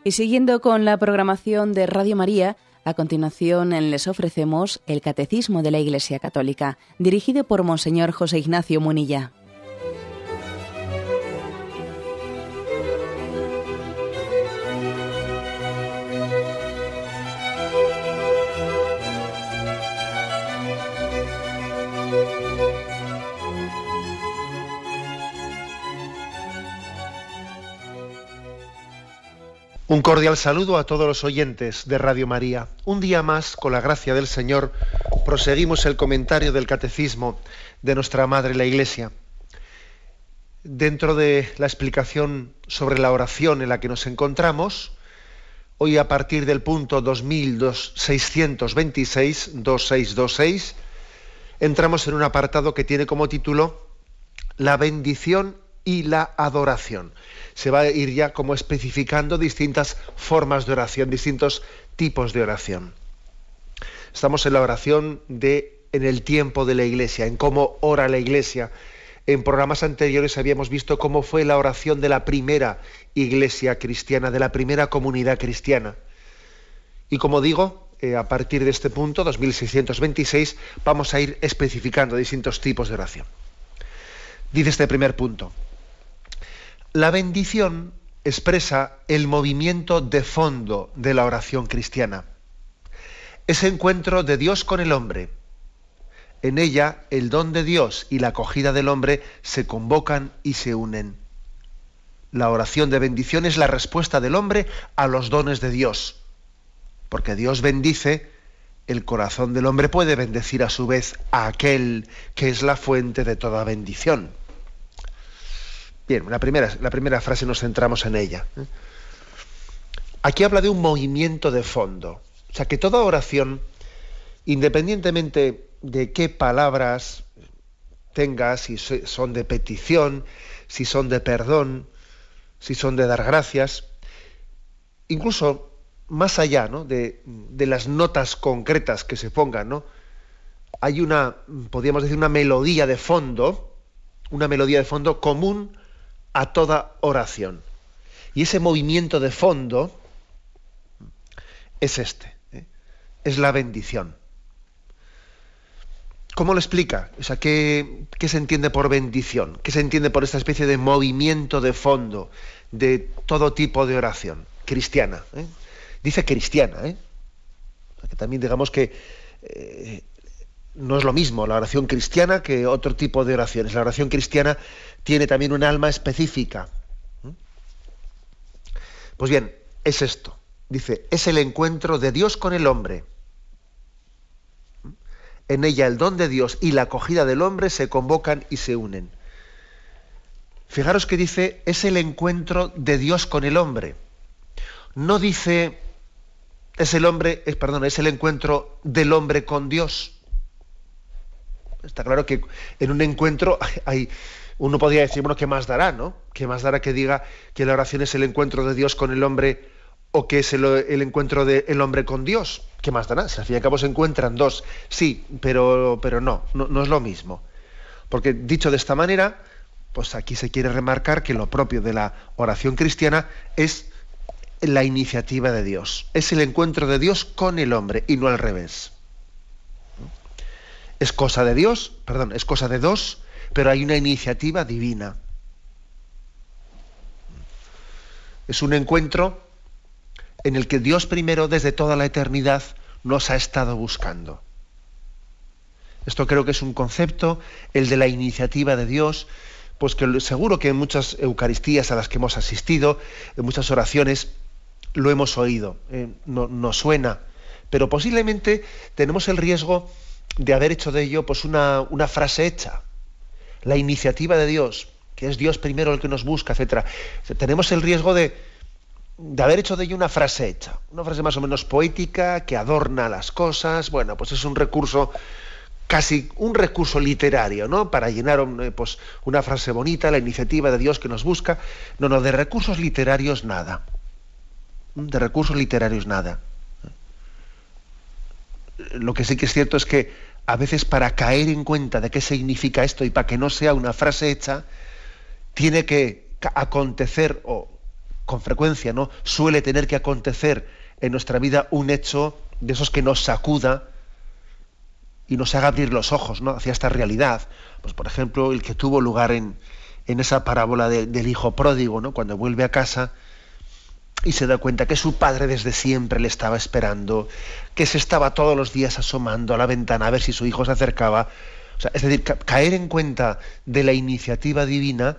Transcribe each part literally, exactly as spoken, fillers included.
Y siguiendo con la programación de Radio María, a continuación les ofrecemos el Catecismo de la Iglesia Católica, dirigido por Monseñor José Ignacio Munilla. Un cordial saludo a todos los oyentes de Radio María. Un día más, con la gracia del Señor, proseguimos el comentario del Catecismo de nuestra Madre la Iglesia. Dentro de la explicación sobre la oración en la que nos encontramos, hoy a partir del punto dos mil seiscientos veintiséis, veintiséis veintiséis, entramos en un apartado que tiene como título La bendición y la adoración. Se va a ir ya como especificando distintas formas de oración, distintos tipos de oración. Estamos en la oración de en el tiempo de la Iglesia, en cómo ora la Iglesia. En programas anteriores habíamos visto cómo fue la oración de la primera Iglesia cristiana, de la primera comunidad cristiana. Y como digo, eh, a partir de este punto, dos mil seiscientos veintiséis, vamos a ir especificando distintos tipos de oración. Dice este primer punto: la bendición expresa el movimiento de fondo de la oración cristiana. Ese encuentro de Dios con el hombre. En ella, el don de Dios y la acogida del hombre se convocan y se unen. La oración de bendición es la respuesta del hombre a los dones de Dios. Porque Dios bendice, el corazón del hombre puede bendecir a su vez a aquel que es la fuente de toda bendición. Bien, la primera, la primera frase nos centramos en ella. Aquí habla de un movimiento de fondo. O sea, que toda oración, independientemente de qué palabras tenga, si son de petición, si son de perdón, si son de dar gracias, incluso más allá, ¿no?, de, de las notas concretas que se pongan, ¿no?, hay una, podríamos decir, una melodía de fondo, una melodía de fondo común a toda oración. Y ese movimiento de fondo es este, ¿eh? Es la bendición. ¿Cómo lo explica? O sea, ¿qué, qué se entiende por bendición? ¿Qué se entiende por esta especie de movimiento de fondo de todo tipo de oración cristiana? ¿eh? Dice cristiana, ¿eh? O sea, que también digamos que eh, no es lo mismo la oración cristiana que otro tipo de oraciones. La oración cristiana tiene también un alma específica. Pues bien, es esto. Dice, es el encuentro de Dios con el hombre. En ella el don de Dios y la acogida del hombre se convocan y se unen. Fijaros que dice, es el encuentro de Dios con el hombre. No dice, es el hombre, es, perdón, es el encuentro del hombre con Dios. Está claro que en un encuentro hay, uno podría decir, bueno, ¿qué más dará, no? ¿Qué más dará que diga que la oración es el encuentro de Dios con el hombre o que es el, el encuentro del hombre con Dios? ¿Qué más dará? Si al fin y al cabo se encuentran dos. Sí, pero, pero no, no, no es lo mismo. Porque dicho de esta manera, pues aquí se quiere remarcar que lo propio de la oración cristiana es la iniciativa de Dios. Es el encuentro de Dios con el hombre y no al revés. Es cosa de Dios, perdón, es cosa de dos, pero hay una iniciativa divina. Es un encuentro en el que Dios primero, desde toda la eternidad, nos ha estado buscando. Esto creo que es un concepto, el de la iniciativa de Dios, pues que seguro que en muchas Eucaristías a las que hemos asistido, en muchas oraciones, lo hemos oído, eh, no, nos suena, pero posiblemente tenemos el riesgo de haber hecho de ello pues una, una frase hecha. La iniciativa de Dios, que es Dios primero el que nos busca, etcétera. Tenemos el riesgo de, de haber hecho de ello una frase hecha, una frase más o menos poética, que adorna las cosas. Bueno, pues es un recurso, casi un recurso literario, ¿no?, para llenar pues, una frase bonita, la iniciativa de Dios que nos busca. No, no, de recursos literarios nada. De recursos literarios nada. Lo que sí que es cierto es que a veces, para caer en cuenta de qué significa esto y para que no sea una frase hecha, tiene que acontecer o con frecuencia, ¿no?, suele tener que acontecer en nuestra vida un hecho de esos que nos sacuda y nos haga abrir los ojos, ¿no?, hacia esta realidad. Pues, por ejemplo, el que tuvo lugar en, en esa parábola de, del hijo pródigo, ¿no?, cuando vuelve a casa y se da cuenta que su padre desde siempre le estaba esperando, que se estaba todos los días asomando a la ventana a ver si su hijo se acercaba. O sea, es decir, ca- caer en cuenta de la iniciativa divina,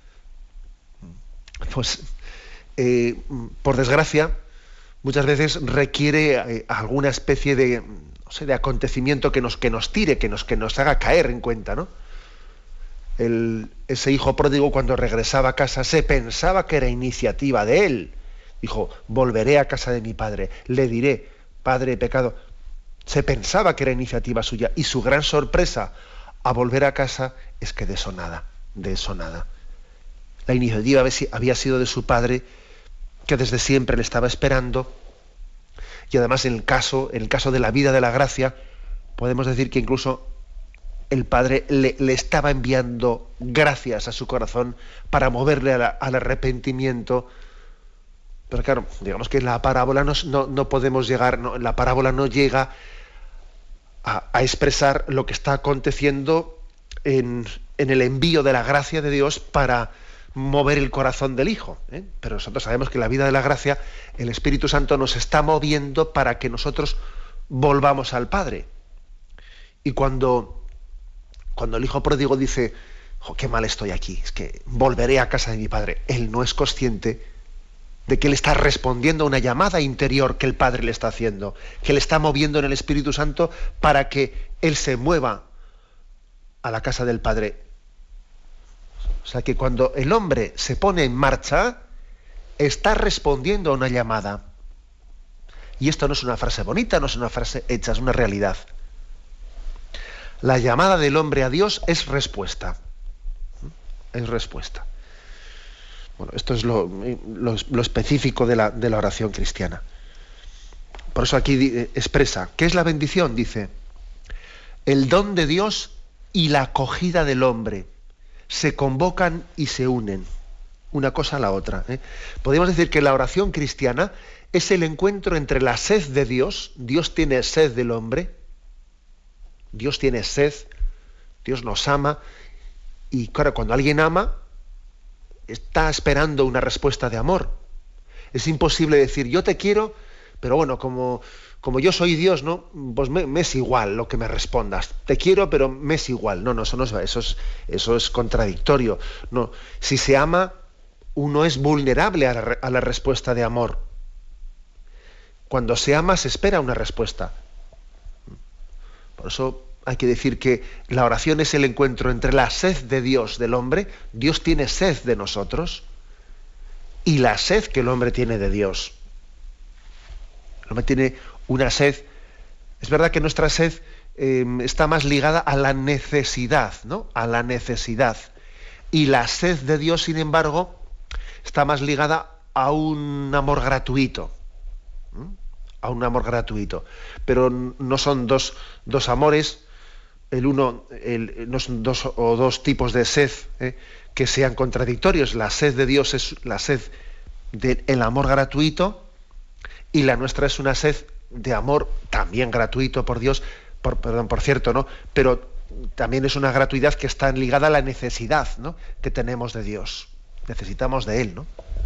pues, eh, por desgracia, muchas veces requiere eh, alguna especie de, no sé, de acontecimiento que nos, que nos tire, que nos, que nos haga caer en cuenta, ¿no? El, ese hijo pródigo, cuando regresaba a casa, se pensaba que era iniciativa de él. Dijo, volveré a casa de mi padre, le diré, padre, he pecado. Se pensaba que era iniciativa suya, y su gran sorpresa a volver a casa es que de eso nada, de eso nada. La iniciativa había sido de su padre, que desde siempre le estaba esperando, y además en el caso, en el caso de la vida de la gracia, podemos decir que incluso el padre le, le estaba enviando gracias a su corazón para moverle a la, al arrepentimiento. Pero claro, digamos que en la parábola no, no, no podemos llegar, no, la parábola no llega a, a expresar lo que está aconteciendo en, en el envío de la gracia de Dios para mover el corazón del Hijo, ¿eh? Pero nosotros sabemos que en la vida de la gracia el Espíritu Santo nos está moviendo para que nosotros volvamos al Padre. Y cuando, cuando el Hijo pródigo dice, oh, qué mal estoy aquí, es que volveré a casa de mi Padre, él no es consciente de que él está respondiendo a una llamada interior que el Padre le está haciendo, que le está moviendo en el Espíritu Santo para que él se mueva a la casa del Padre. O sea que cuando el hombre se pone en marcha, está respondiendo a una llamada. Y esto no es una frase bonita, no es una frase hecha, es una realidad. La llamada del hombre a Dios es respuesta. Es respuesta. Bueno, esto es lo, lo, lo específico de la, de la oración cristiana. Por eso aquí di, expresa, ¿qué es la bendición? Dice, el don de Dios y la acogida del hombre se convocan y se unen, una cosa a la otra, ¿eh? Podríamos decir que la oración cristiana es el encuentro entre la sed de Dios, Dios tiene sed del hombre, Dios tiene sed, Dios nos ama, y claro, cuando alguien ama, está esperando una respuesta de amor. Es imposible decir, yo te quiero, pero bueno, como, como yo soy Dios, ¿no? Pues me, me es igual lo que me respondas. Te quiero, pero me es igual. No, no, eso no es, eso es, eso es contradictorio. No, si se ama, uno es vulnerable a la, a la respuesta de amor. Cuando se ama, se espera una respuesta. Por eso hay que decir que la oración es el encuentro entre la sed de Dios del hombre, Dios tiene sed de nosotros, y la sed que el hombre tiene de Dios. El hombre tiene una sed, es verdad que nuestra sed eh, está más ligada a la necesidad, ¿no? A la necesidad. Y la sed de Dios, sin embargo, está más ligada a un amor gratuito. ¿Mm? A un amor gratuito. Pero no son dos, dos amores, el uno, el, no son dos o dos tipos de sed ¿eh? que sean contradictorios. La sed de Dios es la sed del amor gratuito, y la nuestra es una sed de amor también gratuito por Dios, por, perdón, por cierto, ¿no? Pero también es una gratuidad que está ligada a la necesidad, ¿no? que tenemos de Dios. Necesitamos de Él, ¿no?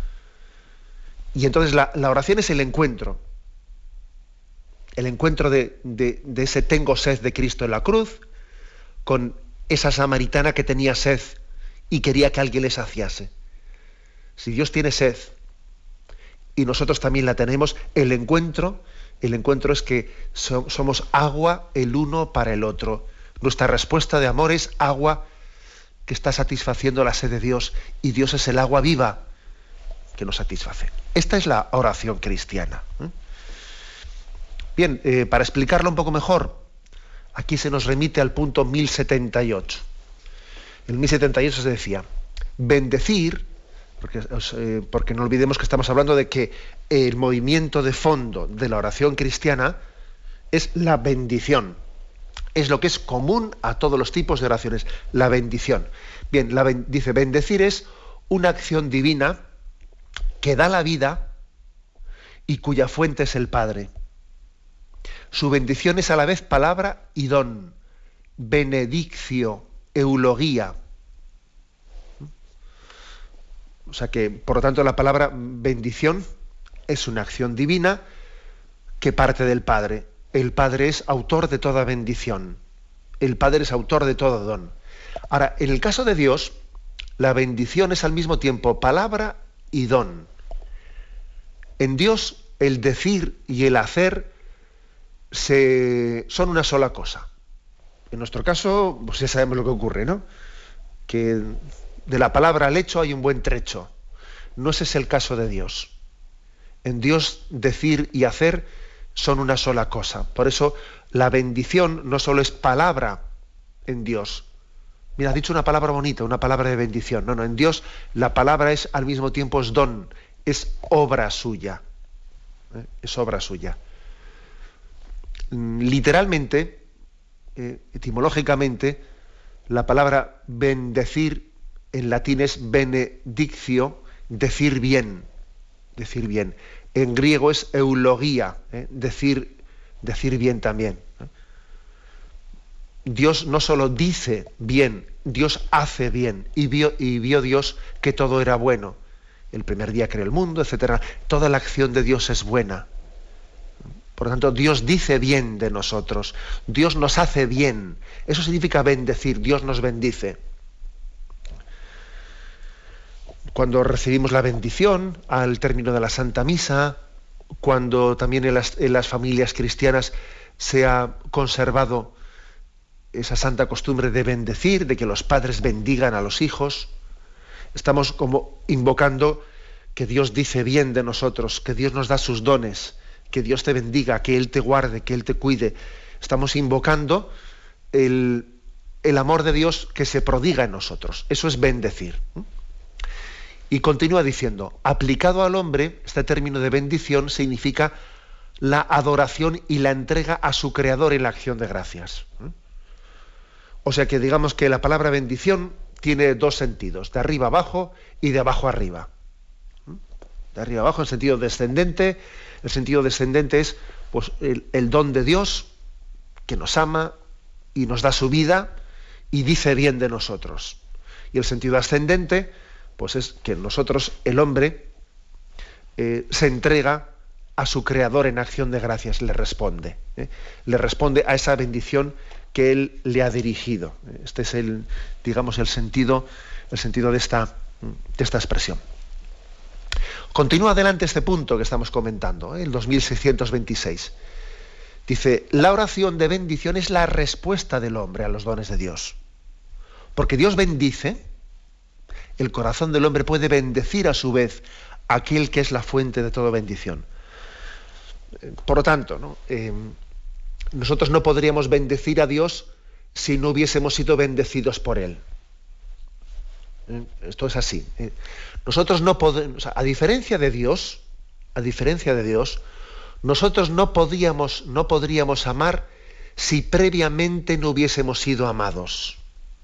Y entonces la, la oración es el encuentro. El encuentro de, de, de ese tengo sed de Cristo en la cruz, con esa samaritana que tenía sed y quería que alguien le saciase. Si Dios tiene sed y nosotros también la tenemos, el encuentro, el encuentro es que so, somos agua el uno para el otro. Nuestra respuesta de amor es agua que está satisfaciendo la sed de Dios, y Dios es el agua viva que nos satisface. Esta es la oración cristiana. ¿eh? Bien, eh, para explicarlo un poco mejor, aquí se nos remite al punto mil setenta y ocho. En mil setenta y ocho se decía, bendecir, porque, eh, porque no olvidemos que estamos hablando de que el movimiento de fondo de la oración cristiana es la bendición. Es lo que es común a todos los tipos de oraciones, la bendición. Bien, la ben, dice, bendecir es una acción divina que da la vida y cuya fuente es el Padre. Su bendición es a la vez palabra y don, benedictio, eulogía. O sea que, por lo tanto, la palabra bendición es una acción divina que parte del Padre. El Padre es autor de toda bendición. El Padre es autor de todo don. Ahora, en el caso de Dios, la bendición es al mismo tiempo palabra y don. En Dios, el decir y el hacer se, son una sola cosa. En nuestro caso, pues ya sabemos lo que ocurre, ¿no? Que de la palabra al hecho hay un buen trecho. No ese es el caso de Dios. En Dios, decir y hacer son una sola cosa. Por eso, la bendición no solo es palabra en Dios. Mira, has dicho una palabra bonita, una palabra de bendición. No, no, en Dios la palabra es al mismo tiempo es don, es obra suya. ¿Eh? Es obra suya. Literalmente, eh, etimológicamente, la palabra bendecir en latín es benedictio, decir bien, decir bien. En griego es eulogía, ¿eh? decir, decir bien también. ¿eh? Dios no solo dice bien, Dios hace bien, y vio, y vio Dios que todo era bueno. El primer día creó el mundo, etcétera. Toda la acción de Dios es buena. Por lo tanto, Dios dice bien de nosotros, Dios nos hace bien. Eso significa bendecir, Dios nos bendice. Cuando recibimos la bendición al término de la Santa Misa, cuando también en las, en las familias cristianas se ha conservado esa santa costumbre de bendecir, de que los padres bendigan a los hijos, estamos como invocando que Dios dice bien de nosotros, que Dios nos da sus dones, que Dios te bendiga, que Él te guarde, que Él te cuide. Estamos invocando el, el amor de Dios que se prodiga en nosotros. Eso es bendecir. Y continúa diciendo, aplicado al hombre, este término de bendición significa la adoración y la entrega a su Creador en la acción de gracias. O sea que digamos que la palabra bendición tiene dos sentidos, de arriba abajo y de abajo arriba. De arriba abajo en sentido descendente. El sentido descendente es pues, el, el don de Dios que nos ama y nos da su vida y dice bien de nosotros. Y el sentido ascendente pues es que nosotros, el hombre, eh, se entrega a su Creador en acción de gracias, le responde. ¿eh? Le responde a esa bendición que Él le ha dirigido. Este es el, digamos, el sentido, el sentido de esta, de esta expresión. Continúa adelante este punto que estamos comentando, ¿eh? el dos mil seiscientos veintiséis. Dice, la oración de bendición es la respuesta del hombre a los dones de Dios. Porque Dios bendice, el corazón del hombre puede bendecir a su vez a aquel que es la fuente de toda bendición. Por lo tanto, ¿no? Eh, nosotros no podríamos bendecir a Dios si no hubiésemos sido bendecidos por Él. ¿Eh? Esto es así. ¿eh? Nosotros no podemos, o sea, a diferencia de Dios, a diferencia de Dios, nosotros no podíamos, no podríamos amar si previamente no hubiésemos sido amados.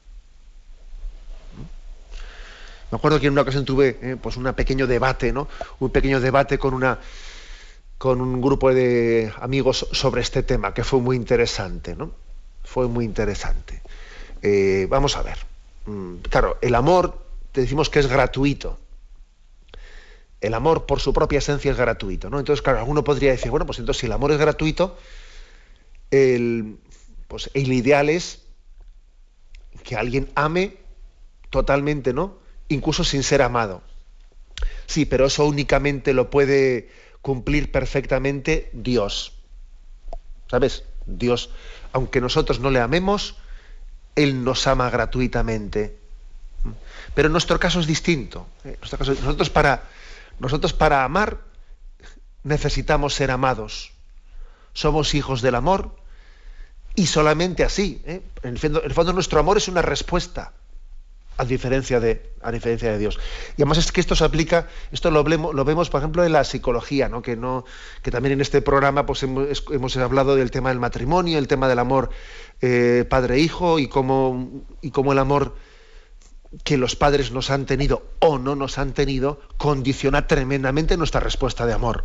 Me acuerdo que en una ocasión tuve eh, pues un pequeño debate, ¿no? Un pequeño debate con una con un grupo de amigos sobre este tema, que fue muy interesante, ¿no? Fue muy interesante. Eh, vamos a ver. Mm, claro, el amor, te decimos que es gratuito. El amor por su propia esencia es gratuito, ¿no? Entonces, claro, alguno podría decir, bueno, pues entonces si el amor es gratuito, el, pues el ideal es que alguien ame totalmente, ¿no? Incluso sin ser amado. Sí, pero eso únicamente lo puede cumplir perfectamente Dios. ¿Sabes? Dios, aunque nosotros no le amemos, Él nos ama gratuitamente. Pero en nuestro caso es distinto. En nuestro caso, nosotros para, nosotros para amar necesitamos ser amados. Somos hijos del amor y solamente así. ¿eh? En el fondo, en el fondo nuestro amor es una respuesta. A diferencia de, a diferencia de Dios. Y además es que esto se aplica, esto lo, vemos, lo vemos, por ejemplo, en la psicología, ¿no? Que, no, que también en este programa pues, hemos, hemos hablado del tema del matrimonio, el tema del amor eh, padre-hijo y cómo, y cómo el amor que los padres nos han tenido o no nos han tenido condiciona tremendamente nuestra respuesta de amor.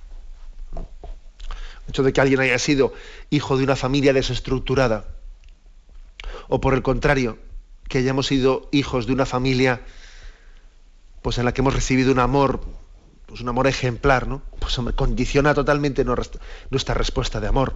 El hecho de que alguien haya sido hijo de una familia desestructurada, o por el contrario, que hayamos sido hijos de una familia pues en la que hemos recibido un amor, pues un amor ejemplar, ¿no? Pues hombre, condiciona totalmente nuestra respuesta de amor.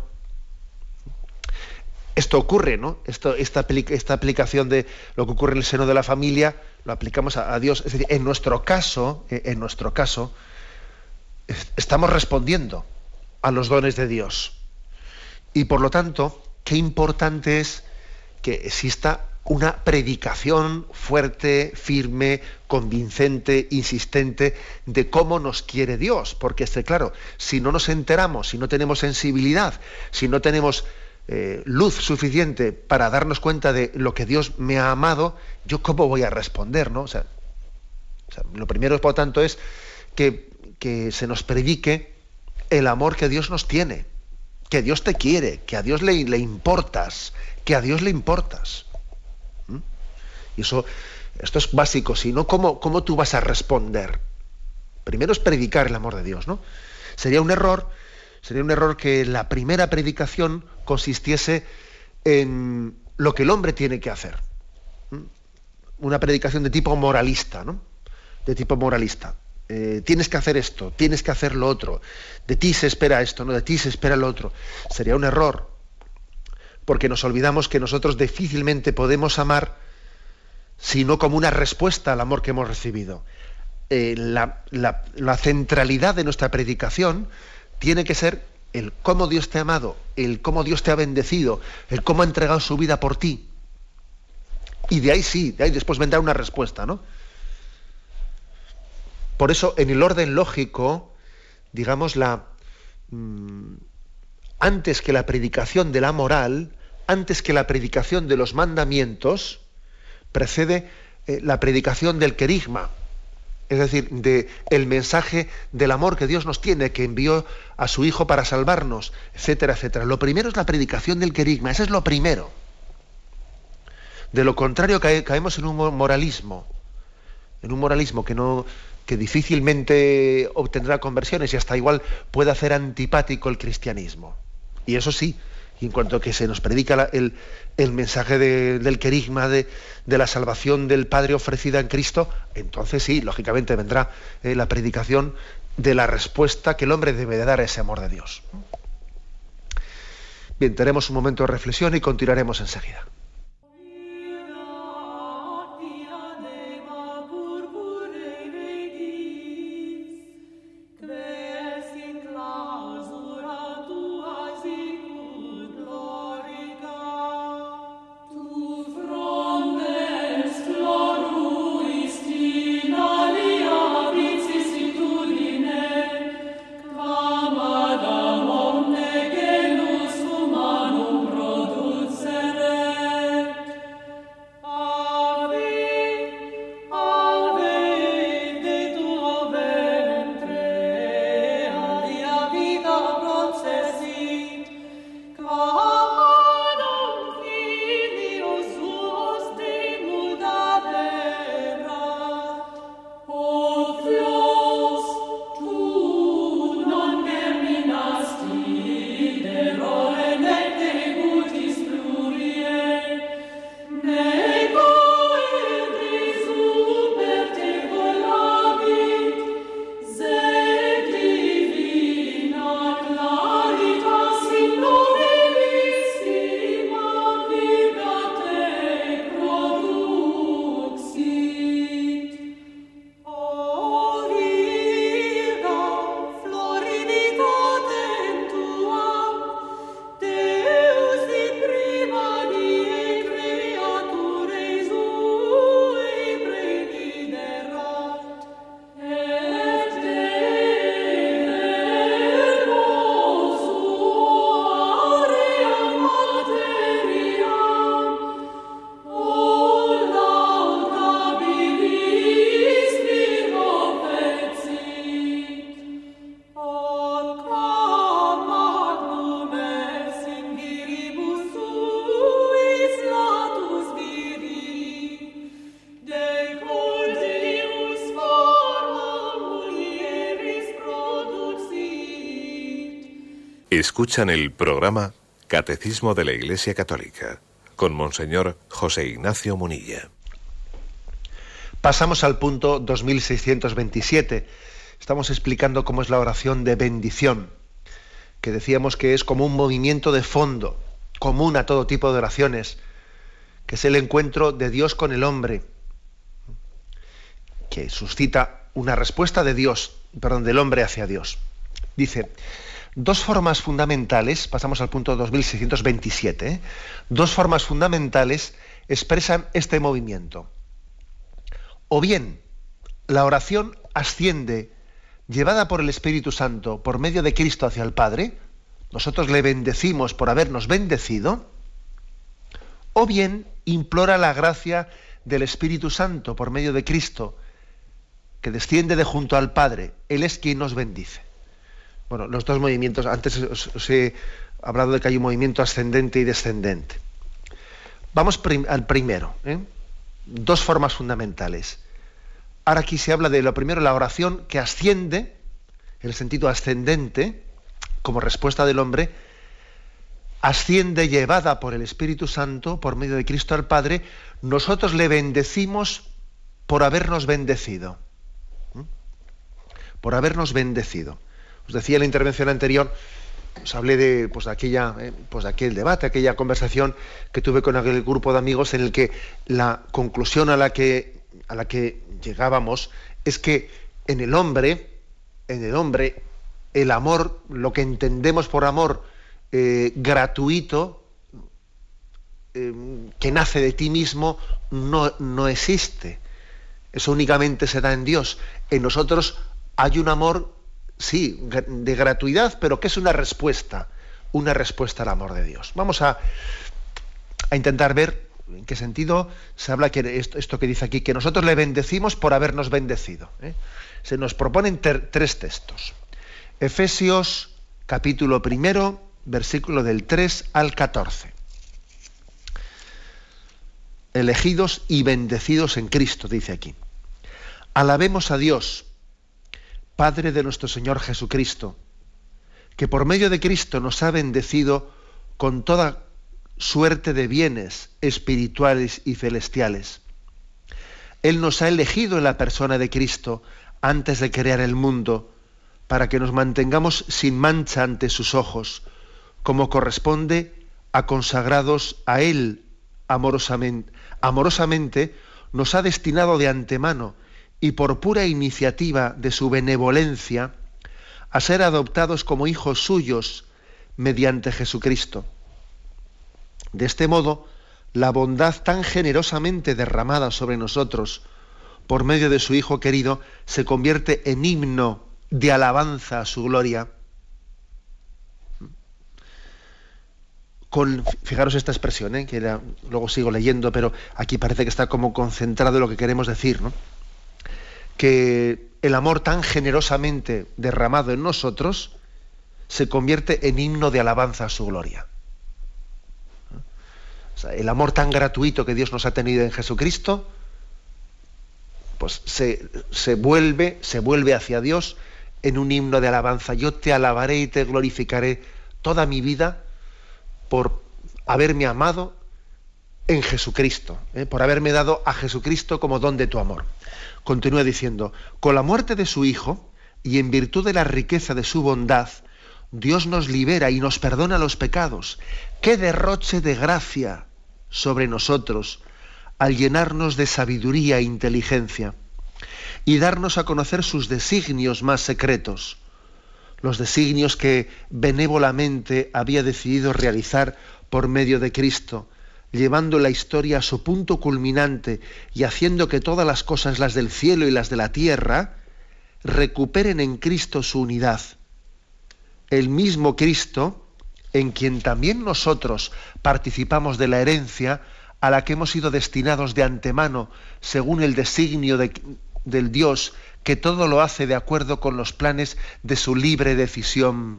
Esto ocurre, ¿no? Esto, esta, esta aplicación de lo que ocurre en el seno de la familia, lo aplicamos a, a Dios. Es decir, en nuestro caso, en nuestro caso, estamos respondiendo a los dones de Dios. Y por lo tanto, qué importante es que exista una predicación fuerte, firme, convincente, insistente de cómo nos quiere Dios. Porque, este, claro, si no nos enteramos, si no tenemos sensibilidad, si no tenemos eh, luz suficiente para darnos cuenta de lo que Dios me ha amado, ¿yo cómo voy a responder, no? O sea, o sea, lo primero, por lo tanto, es que, que se nos predique el amor que Dios nos tiene, que Dios te quiere, que a Dios le, le importas, que a Dios le importas. ¿Mm? Y eso, esto es básico. Si no, ¿cómo, cómo tú vas a responder? Primero es predicar el amor de Dios, ¿no? Sería un error, sería un error que la primera predicación consistiese en lo que el hombre tiene que hacer. ¿Mm? Una predicación de tipo moralista, ¿no? De tipo moralista. Eh, tienes que hacer esto, tienes que hacer lo otro, de ti se espera esto, no de ti se espera lo otro. Sería un error, porque nos olvidamos que nosotros difícilmente podemos amar sino como una respuesta al amor que hemos recibido. Eh, la, la, la centralidad de nuestra predicación tiene que ser el cómo Dios te ha amado, el cómo Dios te ha bendecido, el cómo ha entregado su vida por ti. Y de ahí sí, de ahí después vendrá una respuesta, ¿no? Por eso, en el orden lógico, digamos, la mmm, antes que la predicación de la moral, antes que la predicación de los mandamientos, precede eh, la predicación del querigma, es decir, de el mensaje del amor que Dios nos tiene, que envió a su Hijo para salvarnos, etcétera, etcétera. Lo primero es la predicación del querigma, ese es lo primero. De lo contrario, cae, caemos en un moralismo, en un moralismo que no... que difícilmente obtendrá conversiones y hasta igual puede hacer antipático el cristianismo. Y eso sí, y en cuanto que se nos predica la, el, el mensaje de, del querigma, de, de la salvación del Padre ofrecida en Cristo, entonces sí, lógicamente vendrá eh, la predicación de la respuesta que el hombre debe de dar a ese amor de Dios. Bien, tenemos un momento de reflexión y continuaremos enseguida. Glory Escuchan el programa Catecismo de la Iglesia Católica con Monseñor José Ignacio Munilla. Pasamos al punto dos mil seiscientos veintisiete. Estamos explicando cómo es la oración de bendición, que decíamos que es como un movimiento de fondo, común a todo tipo de oraciones, que es el encuentro de Dios con el hombre, que suscita una respuesta de Dios, perdón, del hombre hacia Dios. Dice, dos formas fundamentales, pasamos al punto dos mil seiscientos veintisiete, ¿eh? Dos formas fundamentales expresan este movimiento. O bien, la oración asciende, llevada por el Espíritu Santo, por medio de Cristo hacia el Padre, nosotros le bendecimos por habernos bendecido, o bien implora la gracia del Espíritu Santo por medio de Cristo, que desciende de junto al Padre. Él es quien nos bendice. Bueno, los dos movimientos, antes os, os he hablado de que hay un movimiento ascendente y descendente. Vamos prim, al primero, ¿eh? Dos formas fundamentales. Ahora aquí se habla de lo primero, la oración que asciende, en el sentido ascendente, como respuesta del hombre, asciende llevada por el Espíritu Santo, por medio de Cristo al Padre, nosotros le bendecimos por habernos bendecido. ¿Mm? Por habernos bendecido. Os decía en la intervención anterior, os hablé de, pues, de, aquella, eh, pues, de aquel debate, aquella conversación que tuve con aquel grupo de amigos en el que la conclusión a la que, a la que llegábamos es que en el hombre, en el hombre, el amor, lo que entendemos por amor eh, gratuito, eh, que nace de ti mismo, no, no existe. Eso únicamente se da en Dios. En nosotros hay un amor, sí, de gratuidad, pero que es una respuesta, una respuesta al amor de Dios. Vamos a, a intentar ver en qué sentido se habla que esto, esto que dice aquí, que nosotros le bendecimos por habernos bendecido, ¿eh? Se nos proponen ter, tres textos. Efesios capítulo primero, versículo del tres al catorce. Elegidos y bendecidos en Cristo, dice aquí. Alabemos a Dios, Padre de nuestro Señor Jesucristo, que por medio de Cristo nos ha bendecido con toda suerte de bienes espirituales y celestiales. Él nos ha elegido en la persona de Cristo antes de crear el mundo, para que nos mantengamos sin mancha ante sus ojos, como corresponde a consagrados a Él amorosamente. Amorosamente nos ha destinado de antemano y por pura iniciativa de su benevolencia a ser adoptados como hijos suyos mediante Jesucristo. De este modo, la bondad tan generosamente derramada sobre nosotros por medio de su Hijo querido se convierte en himno de alabanza a su gloria. Con, fijaros esta expresión, ¿eh? que la, luego sigo leyendo, pero aquí parece que está como concentrado lo que queremos decir, ¿no? Que el amor tan generosamente derramado en nosotros se convierte en himno de alabanza a su gloria. O sea, el amor tan gratuito que Dios nos ha tenido en Jesucristo, pues se, se vuelve, se vuelve hacia Dios en un himno de alabanza. Yo te alabaré y te glorificaré toda mi vida por haberme amado en Jesucristo, ¿eh? por haberme dado a Jesucristo como don de tu amor. Continúa diciendo, con la muerte de su Hijo y en virtud de la riqueza de su bondad, Dios nos libera y nos perdona los pecados. ¡Qué derroche de gracia sobre nosotros al llenarnos de sabiduría e inteligencia y darnos a conocer sus designios más secretos! Los designios que benévolamente había decidido realizar por medio de Cristo, llevando la historia a su punto culminante y haciendo que todas las cosas, las del cielo y las de la tierra, recuperen en Cristo su unidad. El mismo Cristo, en quien también nosotros participamos de la herencia a la que hemos sido destinados de antemano, según el designio de, del Dios, que todo lo hace de acuerdo con los planes de su libre decisión.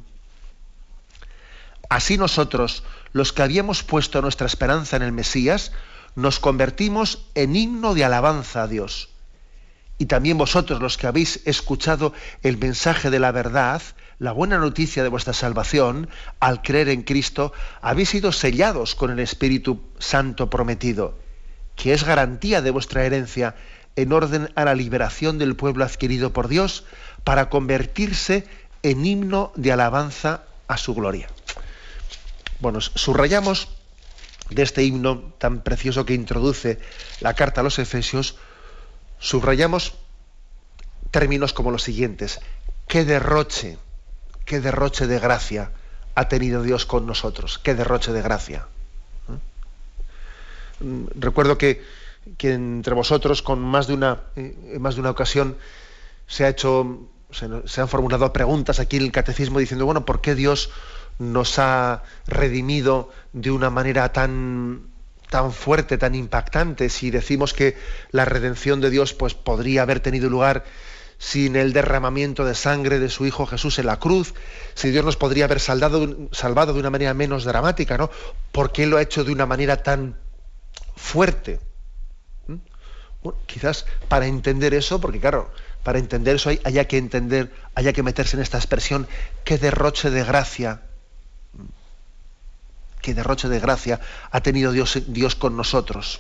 Así nosotros, los que habíamos puesto nuestra esperanza en el Mesías, nos convertimos en himno de alabanza a Dios. Y también vosotros, los que habéis escuchado el mensaje de la verdad, la buena noticia de vuestra salvación, al creer en Cristo, habéis sido sellados con el Espíritu Santo prometido, que es garantía de vuestra herencia en orden a la liberación del pueblo adquirido por Dios, para convertirse en himno de alabanza a su gloria. Bueno, subrayamos de este himno tan precioso que introduce la carta a los Efesios, subrayamos términos como los siguientes: qué derroche, qué derroche de gracia ha tenido Dios con nosotros, qué derroche de gracia. ¿Eh? Recuerdo que, que entre vosotros, con más de una, eh, más de una ocasión, se ha hecho, se, se han formulado preguntas aquí en el catecismo diciendo, bueno, ¿por qué Dios nos ha redimido de una manera tan, tan fuerte, tan impactante, si decimos que la redención de Dios pues, podría haber tenido lugar sin el derramamiento de sangre de su Hijo Jesús en la cruz? Si Dios nos podría haber salvado, salvado de una manera menos dramática, ¿no? ¿Por qué lo ha hecho de una manera tan fuerte? ¿Mm? Bueno, quizás para entender eso, porque claro, para entender eso hay, haya que entender, haya que meterse en esta expresión, qué derroche de gracia, qué derroche de gracia ha tenido Dios, Dios con nosotros.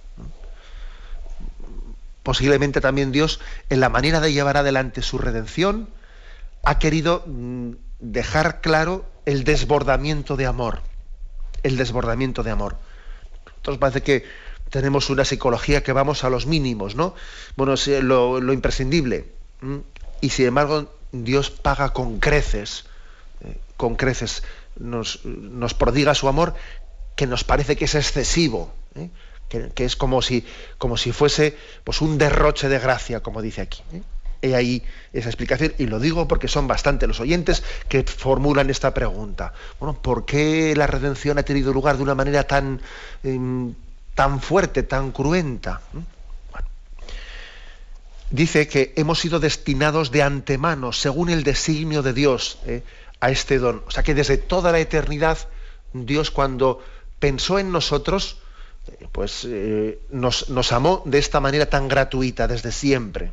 Posiblemente también Dios, en la manera de llevar adelante su redención, ha querido dejar claro el desbordamiento de amor. El desbordamiento de amor. Entonces parece que tenemos una psicología que vamos a los mínimos, ¿no? Bueno, lo, lo imprescindible. Y sin embargo, Dios paga con creces, eh, con creces. Nos, nos prodiga su amor, que nos parece que es excesivo, ¿eh? que, que es como si, como si fuese pues, un derroche de gracia, como dice aquí. ¿eh? He ahí esa explicación, y lo digo porque son bastante los oyentes que formulan esta pregunta. Bueno, ¿por qué la redención ha tenido lugar de una manera tan, eh, tan fuerte, tan cruenta? ¿eh? Bueno. Dice que hemos sido destinados de antemano, según el designio de Dios, ¿eh? a este don. O sea que desde toda la eternidad, Dios, cuando pensó en nosotros, pues eh, nos, nos amó de esta manera tan gratuita, desde siempre.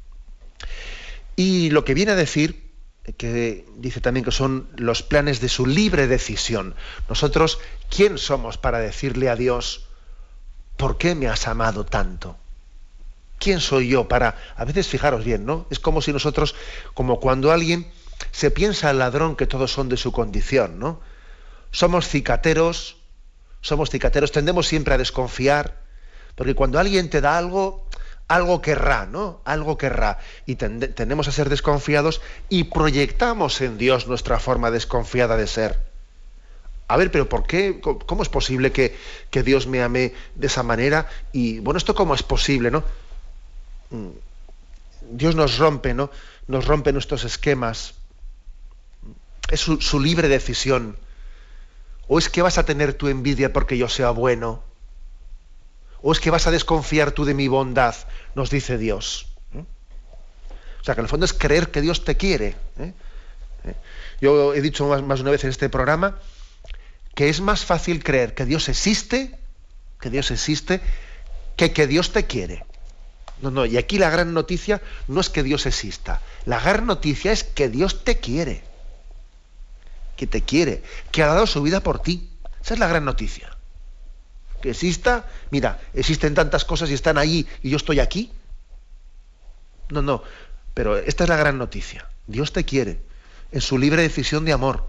Y lo que viene a decir, que dice también que son los planes de su libre decisión. Nosotros, ¿quién somos para decirle a Dios, ¿por qué me has amado tanto? ¿Quién soy yo para...? A veces, fijaros bien, ¿no? Es como si nosotros, como cuando alguien se piensa al ladrón que todos son de su condición, ¿no? Somos cicateros, somos cicateros, tendemos siempre a desconfiar, porque cuando alguien te da algo, algo querrá, ¿no? Algo querrá. Y tend- tendemos a ser desconfiados y proyectamos en Dios nuestra forma desconfiada de ser. A ver, pero ¿por qué? ¿Cómo es posible que, que Dios me ame de esa manera? Y bueno, ¿esto cómo es posible, no? Dios nos rompe, ¿no? Nos rompe nuestros esquemas. Es su, su libre decisión. ¿O es que vas a tener tu envidia porque yo sea bueno? ¿O es que vas a desconfiar tú de mi bondad? Nos dice Dios. ¿Eh? O sea, que en el fondo es creer que Dios te quiere. ¿Eh? ¿Eh? Yo he dicho más, más de una vez en este programa que es más fácil creer que Dios existe, que Dios existe, que que Dios te quiere. No, no, y aquí la gran noticia no es que Dios exista. La gran noticia es que Dios te quiere. Que te quiere, que ha dado su vida por ti. Esa es la gran noticia. Que exista, mira, existen tantas cosas y están ahí y yo estoy aquí. No, no, pero esta es la gran noticia. Dios te quiere, en su libre decisión de amor.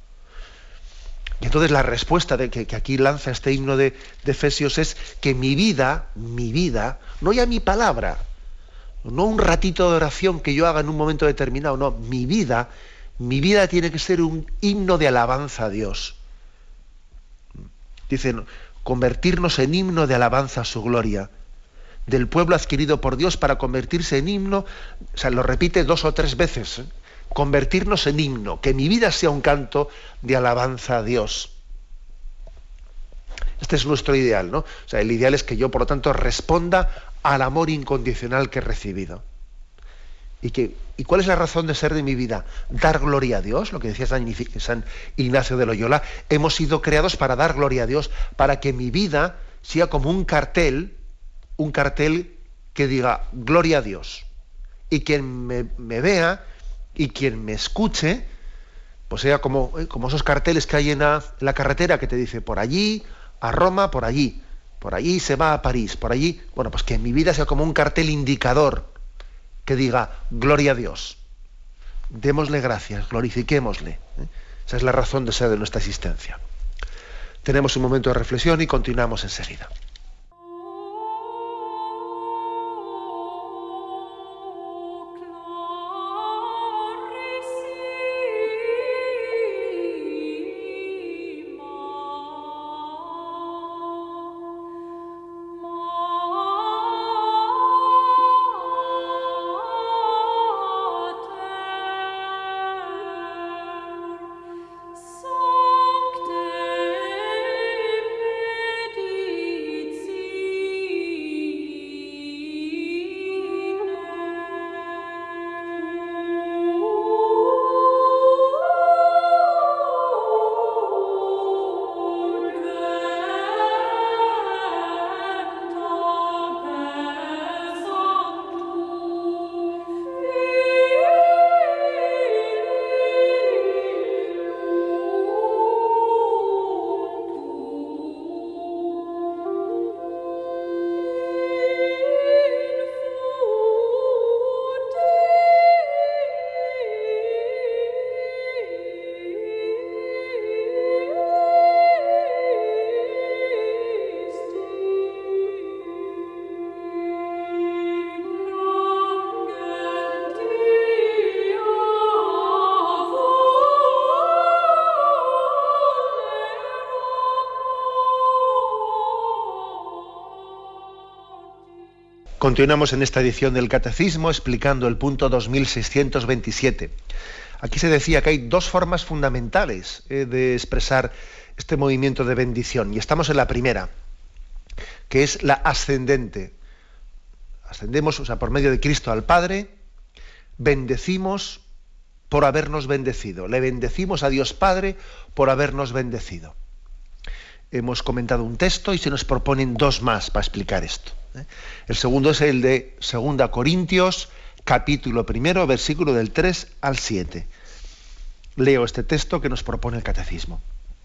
Y entonces la respuesta de que, que aquí lanza este himno de, de Efesios es que mi vida, mi vida, no ya mi palabra, no un ratito de oración que yo haga en un momento determinado, no, mi vida, mi vida tiene que ser un himno de alabanza a Dios. Dicen, convertirnos en himno de alabanza a su gloria, del pueblo adquirido por Dios para convertirse en himno, o sea, lo repite dos o tres veces, ¿eh? Convertirnos en himno, que mi vida sea un canto de alabanza a Dios. Este es nuestro ideal, ¿no? O sea, el ideal es que yo, por lo tanto, responda al amor incondicional que he recibido. ¿Y, que, ¿Y cuál es la razón de ser de mi vida? Dar gloria a Dios, lo que decía San Ignacio de Loyola. Hemos sido creados para dar gloria a Dios, para que mi vida sea como un cartel, un cartel que diga gloria a Dios. Y quien me, me vea y quien me escuche, pues sea como, eh, como esos carteles que hay en la, en la carretera que te dice por allí, a Roma, por allí, por allí se va a París, por allí, bueno, pues que en mi vida sea como un cartel indicador que diga, gloria a Dios, démosle gracias, glorifiquémosle. ¿eh? Esa es la razón de ser de nuestra existencia. Tenemos un momento de reflexión y continuamos enseguida. Continuamos en esta edición del Catecismo explicando el punto dos mil seiscientos veintisiete. Aquí se decía que hay dos formas fundamentales eh, de expresar este movimiento de bendición, y estamos en la primera, que es la ascendente. Ascendemos, o sea, por medio de Cristo al Padre, bendecimos por habernos bendecido. Le bendecimos a Dios Padre por habernos bendecido. Hemos comentado un texto y se nos proponen dos más para explicar esto. El segundo es el de segunda Corintios, capítulo primero, versículo del tres al siete. Leo este texto que nos propone el Catecismo.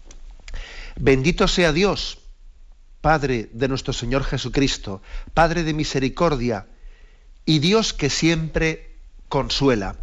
Bendito sea Dios, Padre de nuestro Señor Jesucristo, Padre de misericordia, y Dios que siempre consuela.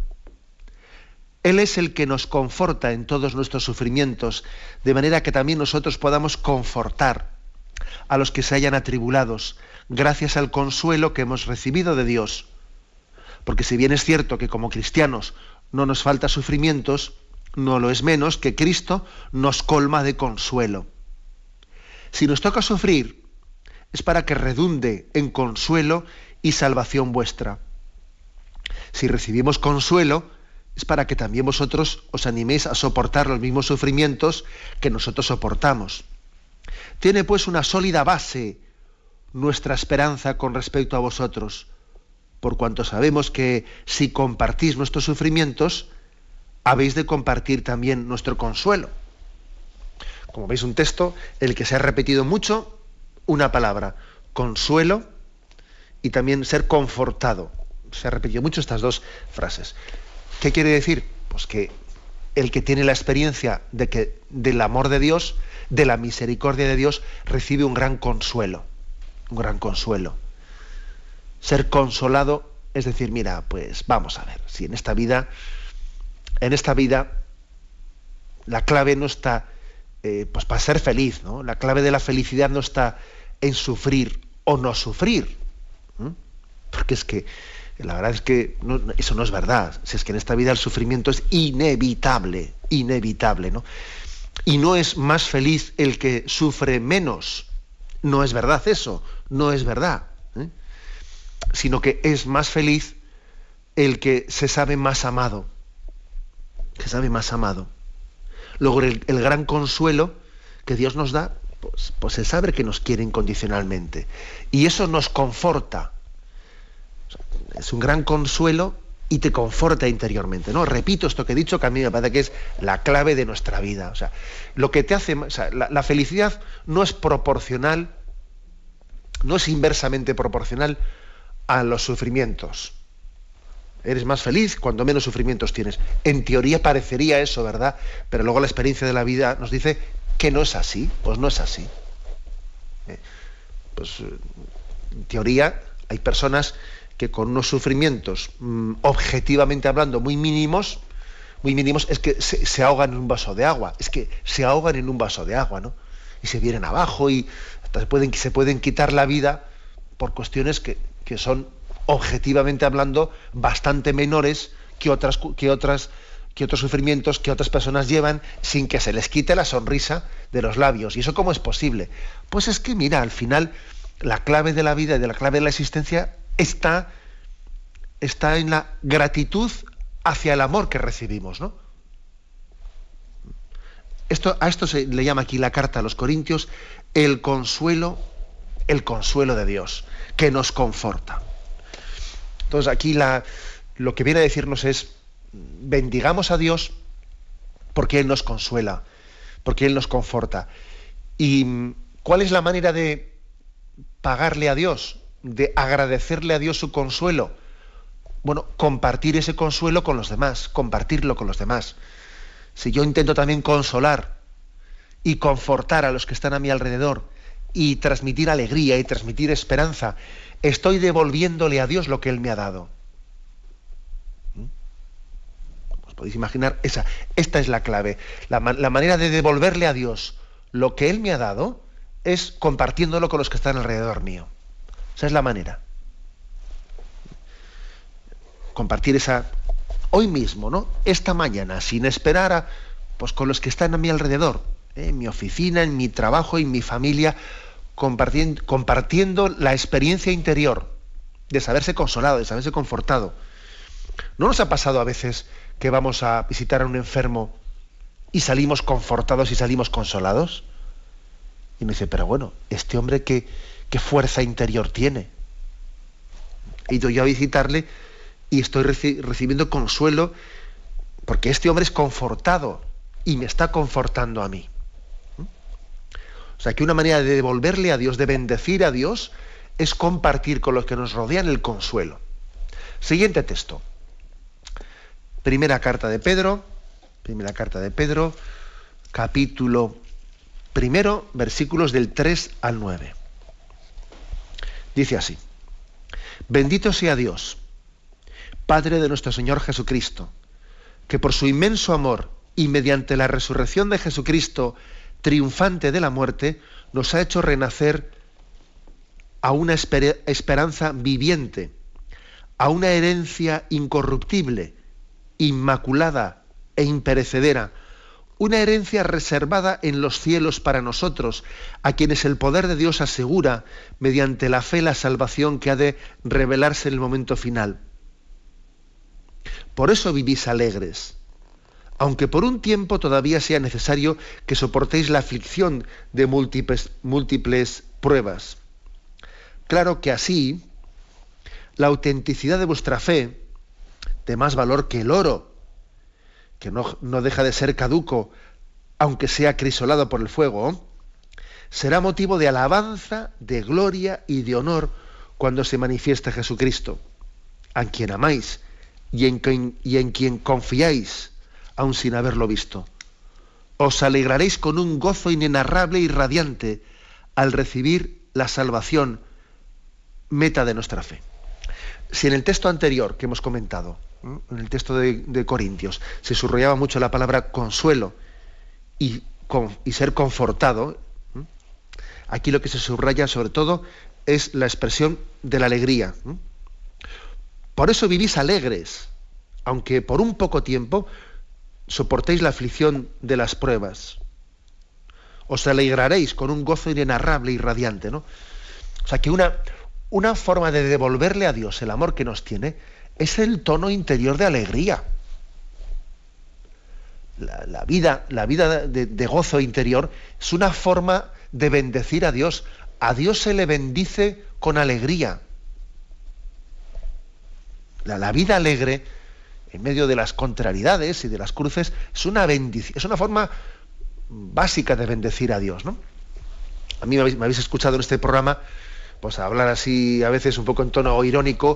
Él es el que nos conforta en todos nuestros sufrimientos, de manera que también nosotros podamos confortar a los que se hayan atribulados, gracias al consuelo que hemos recibido de Dios. Porque si bien es cierto que como cristianos no nos falta sufrimientos, no lo es menos que Cristo nos colma de consuelo. Si nos toca sufrir, es para que redunde en consuelo y salvación vuestra. Si recibimos consuelo, es para que también vosotros os animéis a soportar los mismos sufrimientos que nosotros soportamos. Tiene pues una sólida base nuestra esperanza con respecto a vosotros, por cuanto sabemos que si compartís nuestros sufrimientos, habéis de compartir también nuestro consuelo. Como veis, un texto en el que se ha repetido mucho una palabra, consuelo, y también ser confortado. Se ha repetido mucho estas dos frases. ¿Qué quiere decir? Pues que el que tiene la experiencia de que del amor de Dios, de la misericordia de Dios, recibe un gran consuelo, un gran consuelo. Ser consolado es decir, mira, pues vamos a ver, si en esta vida, en esta vida, la clave no está, eh, pues para ser feliz, ¿no? La clave de la felicidad no está en sufrir o no sufrir, ¿eh? Porque es que la verdad es que no, eso no es verdad. Si es que en esta vida el sufrimiento es inevitable, inevitable, ¿no? Y no es más feliz el que sufre menos. No es verdad eso, no es verdad. ¿eh? Sino que es más feliz el que se sabe más amado. Se sabe más amado. Luego el, el gran consuelo que Dios nos da, pues, pues se sabe que nos quiere incondicionalmente. Y eso nos conforta. Es un gran consuelo y te conforta interiormente, ¿no? Repito esto que he dicho, que a mí me parece que es la clave de nuestra vida. O sea, lo que te hace, o sea, la, la felicidad no es proporcional, no es inversamente proporcional a los sufrimientos. Eres más feliz cuando menos sufrimientos tienes. En teoría parecería eso, ¿verdad? Pero luego la experiencia de la vida nos dice que no es así. Pues no es así. ¿Eh? Pues en teoría hay personas que con unos sufrimientos, mmm, objetivamente hablando, muy mínimos, muy mínimos, es que se, se ahogan en un vaso de agua. Es que se ahogan en un vaso de agua, ¿no? Y se vienen abajo y hasta se pueden, se pueden quitar la vida por cuestiones que, que son, objetivamente hablando, bastante menores que otras, que otras, que otros sufrimientos que otras personas llevan sin que se les quite la sonrisa de los labios. ¿Y eso cómo es posible? Pues es que, mira, al final, la clave de la vida y de la clave de la existencia está, está en la gratitud hacia el amor que recibimos, ¿no? Esto, a esto se le llama aquí la carta a los Corintios el consuelo, el consuelo de Dios, que nos conforta. Entonces aquí la, lo que viene a decirnos es, bendigamos a Dios porque Él nos consuela, porque Él nos conforta. ¿Y cuál es la manera de pagarle a Dios, de agradecerle a Dios su consuelo? Bueno, compartir ese consuelo con los demás, compartirlo con los demás. Si yo intento también consolar y confortar a los que están a mi alrededor y transmitir alegría y transmitir esperanza, estoy devolviéndole a Dios lo que Él me ha dado. ¿Mm? Os podéis imaginar, esa, esta es la clave. La, la manera de devolverle a Dios lo que Él me ha dado es compartiéndolo con los que están alrededor mío. Esa es la manera. Compartir esa, hoy mismo, ¿no? Esta mañana, sin esperar a, pues con los que están a mi alrededor, ¿eh? En mi oficina, en mi trabajo, en mi familia, compartiendo, compartiendo la experiencia interior de saberse consolado, de saberse confortado. ¿No nos ha pasado a veces que vamos a visitar a un enfermo y salimos confortados y salimos consolados? Y me dice, pero bueno, este hombre qué, qué fuerza interior tiene. He ido yo a visitarle y estoy reci- recibiendo consuelo porque este hombre es confortado y me está confortando a mí. ¿Mm? O sea que una manera de devolverle a Dios, de bendecir a Dios, es compartir con los que nos rodean el consuelo. Siguiente texto. Primera carta de Pedro, primera carta de Pedro, capítulo primero, versículos del tres al nueve. Dice así: Bendito sea Dios, Padre de nuestro Señor Jesucristo, que por su inmenso amor y mediante la resurrección de Jesucristo, triunfante de la muerte, nos ha hecho renacer a una esper- esperanza viviente, a una herencia incorruptible, inmaculada e imperecedera, una herencia reservada en los cielos para nosotros, a quienes el poder de Dios asegura, mediante la fe, la salvación que ha de revelarse en el momento final. Por eso vivís alegres, aunque por un tiempo todavía sea necesario que soportéis la aflicción de múltiples, múltiples pruebas. Claro que así, la autenticidad de vuestra fe, de más valor que el oro, que no, no deja de ser caduco, aunque sea crisolado por el fuego, será motivo de alabanza, de gloria y de honor cuando se manifieste Jesucristo, a quien amáis y en quien, y en quien confiáis, aun sin haberlo visto. Os alegraréis con un gozo inenarrable y radiante al recibir la salvación, meta de nuestra fe. Si en el texto anterior que hemos comentado, ¿no?, en el texto de, de Corintios, se subrayaba mucho la palabra consuelo y, con, y ser confortado, ¿no?, aquí lo que se subraya sobre todo es la expresión de la alegría, ¿no? Por eso vivís alegres, aunque por un poco tiempo soportéis la aflicción de las pruebas. Os alegraréis con un gozo inenarrable y radiante, ¿no? O sea que una, una forma de devolverle a Dios el amor que nos tiene es el tono interior de alegría. La, la vida, la vida de, de gozo interior es una forma de bendecir a Dios. A Dios se le bendice con alegría. La, la vida alegre, en medio de las contrariedades y de las cruces, es una bendición, es una forma básica de bendecir a Dios, ¿no? A mí me habéis, me habéis escuchado en este programa pues hablar así a veces un poco en tono irónico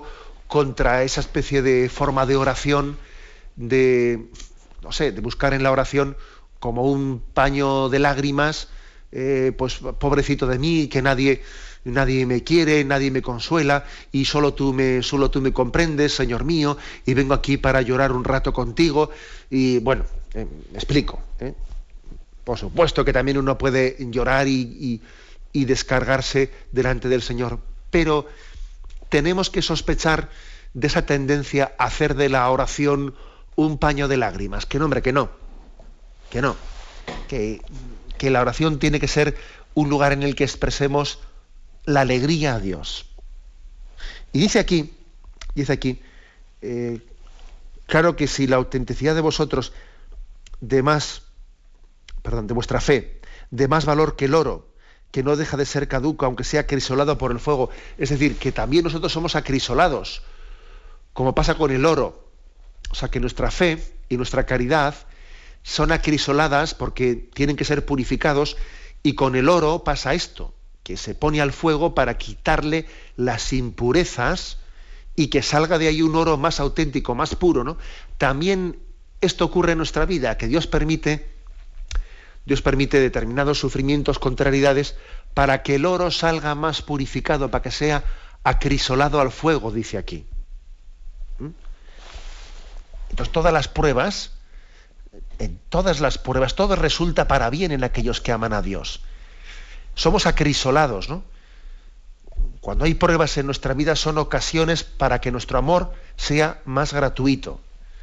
contra esa especie de forma de oración, de, no sé, de buscar en la oración como un paño de lágrimas, eh, pues pobrecito de mí, que nadie, nadie me quiere, nadie me consuela, y solo tú me, solo tú me comprendes, Señor mío, y vengo aquí para llorar un rato contigo. Y bueno, eh, me explico. ¿eh? Por supuesto que también uno puede llorar y, y, y descargarse delante del Señor, pero tenemos que sospechar de esa tendencia a hacer de la oración un paño de lágrimas. Que no, hombre, que no. Que no. Que, que la oración tiene que ser un lugar en el que expresemos la alegría a Dios. Y dice aquí, dice aquí, eh, claro que si la autenticidad de vosotros, de más, perdón, de vuestra fe, de más valor que el oro, que no deja de ser caduco, aunque sea acrisolado por el fuego, es decir, que también nosotros somos acrisolados, como pasa con el oro. O sea, que nuestra fe y nuestra caridad son acrisoladas porque tienen que ser purificados, y con el oro pasa esto, que se pone al fuego para quitarle las impurezas y que salga de ahí un oro más auténtico, más puro, ¿no? También esto ocurre en nuestra vida, que Dios permite, Dios permite determinados sufrimientos, contrariedades, para que el oro salga más purificado, para que sea acrisolado al fuego, dice aquí. ¿Mm? Entonces todas las pruebas, en todas las pruebas, todo resulta para bien en aquellos que aman a Dios. Somos acrisolados, ¿no? Cuando hay pruebas en nuestra vida son ocasiones para que nuestro amor sea más gratuito.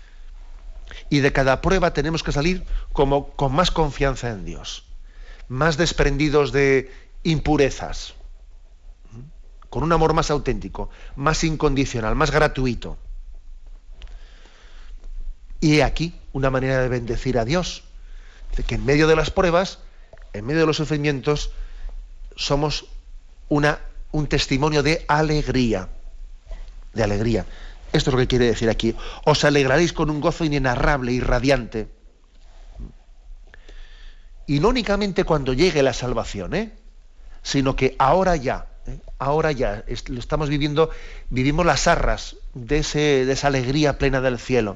Y de cada prueba tenemos que salir como con más confianza en Dios, más desprendidos de impurezas, con un amor más auténtico, más incondicional, más gratuito. Y he aquí una manera de bendecir a Dios, de que en medio de las pruebas, en medio de los sufrimientos, somos una, un testimonio de alegría, de alegría. Esto es lo que quiere decir aquí. Os alegraréis con un gozo inenarrable y radiante. Y no únicamente cuando llegue la salvación, ¿eh? sino que ahora ya, ¿eh? ahora ya, es, lo estamos viviendo, vivimos las arras de, ese, de esa alegría plena del cielo.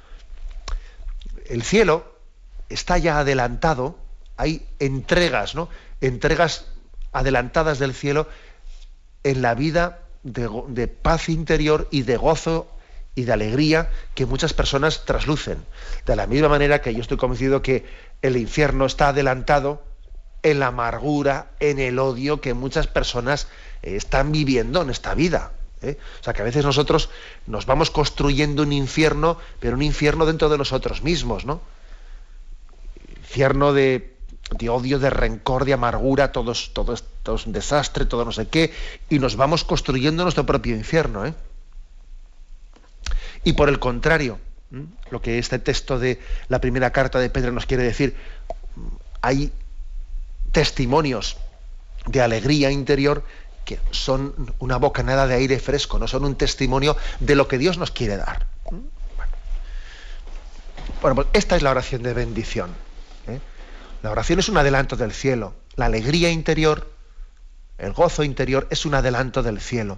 El cielo está ya adelantado, hay entregas, ¿no? Entregas adelantadas del cielo en la vida de, de paz interior y de gozo y de alegría que muchas personas traslucen. De la misma manera que yo estoy convencido que el infierno está adelantado en la amargura, en el odio que muchas personas eh, están viviendo en esta vida. ¿eh? O sea, que a veces nosotros nos vamos construyendo un infierno, pero un infierno dentro de nosotros mismos, ¿no? Infierno de de odio, de rencor, de amargura, todo es, todo, es, todo es un desastre, todo no sé qué, y nos vamos construyendo nuestro propio infierno. ¿eh? Y por el contrario, ¿eh? lo que este texto de la primera carta de Pedro nos quiere decir, hay testimonios de alegría interior que son una bocanada de aire fresco, no son un testimonio de lo que Dios nos quiere dar. ¿eh? Bueno. bueno, pues esta es la oración de bendición. ¿eh? La oración es un adelanto del cielo. La alegría interior, el gozo interior, es un adelanto del cielo.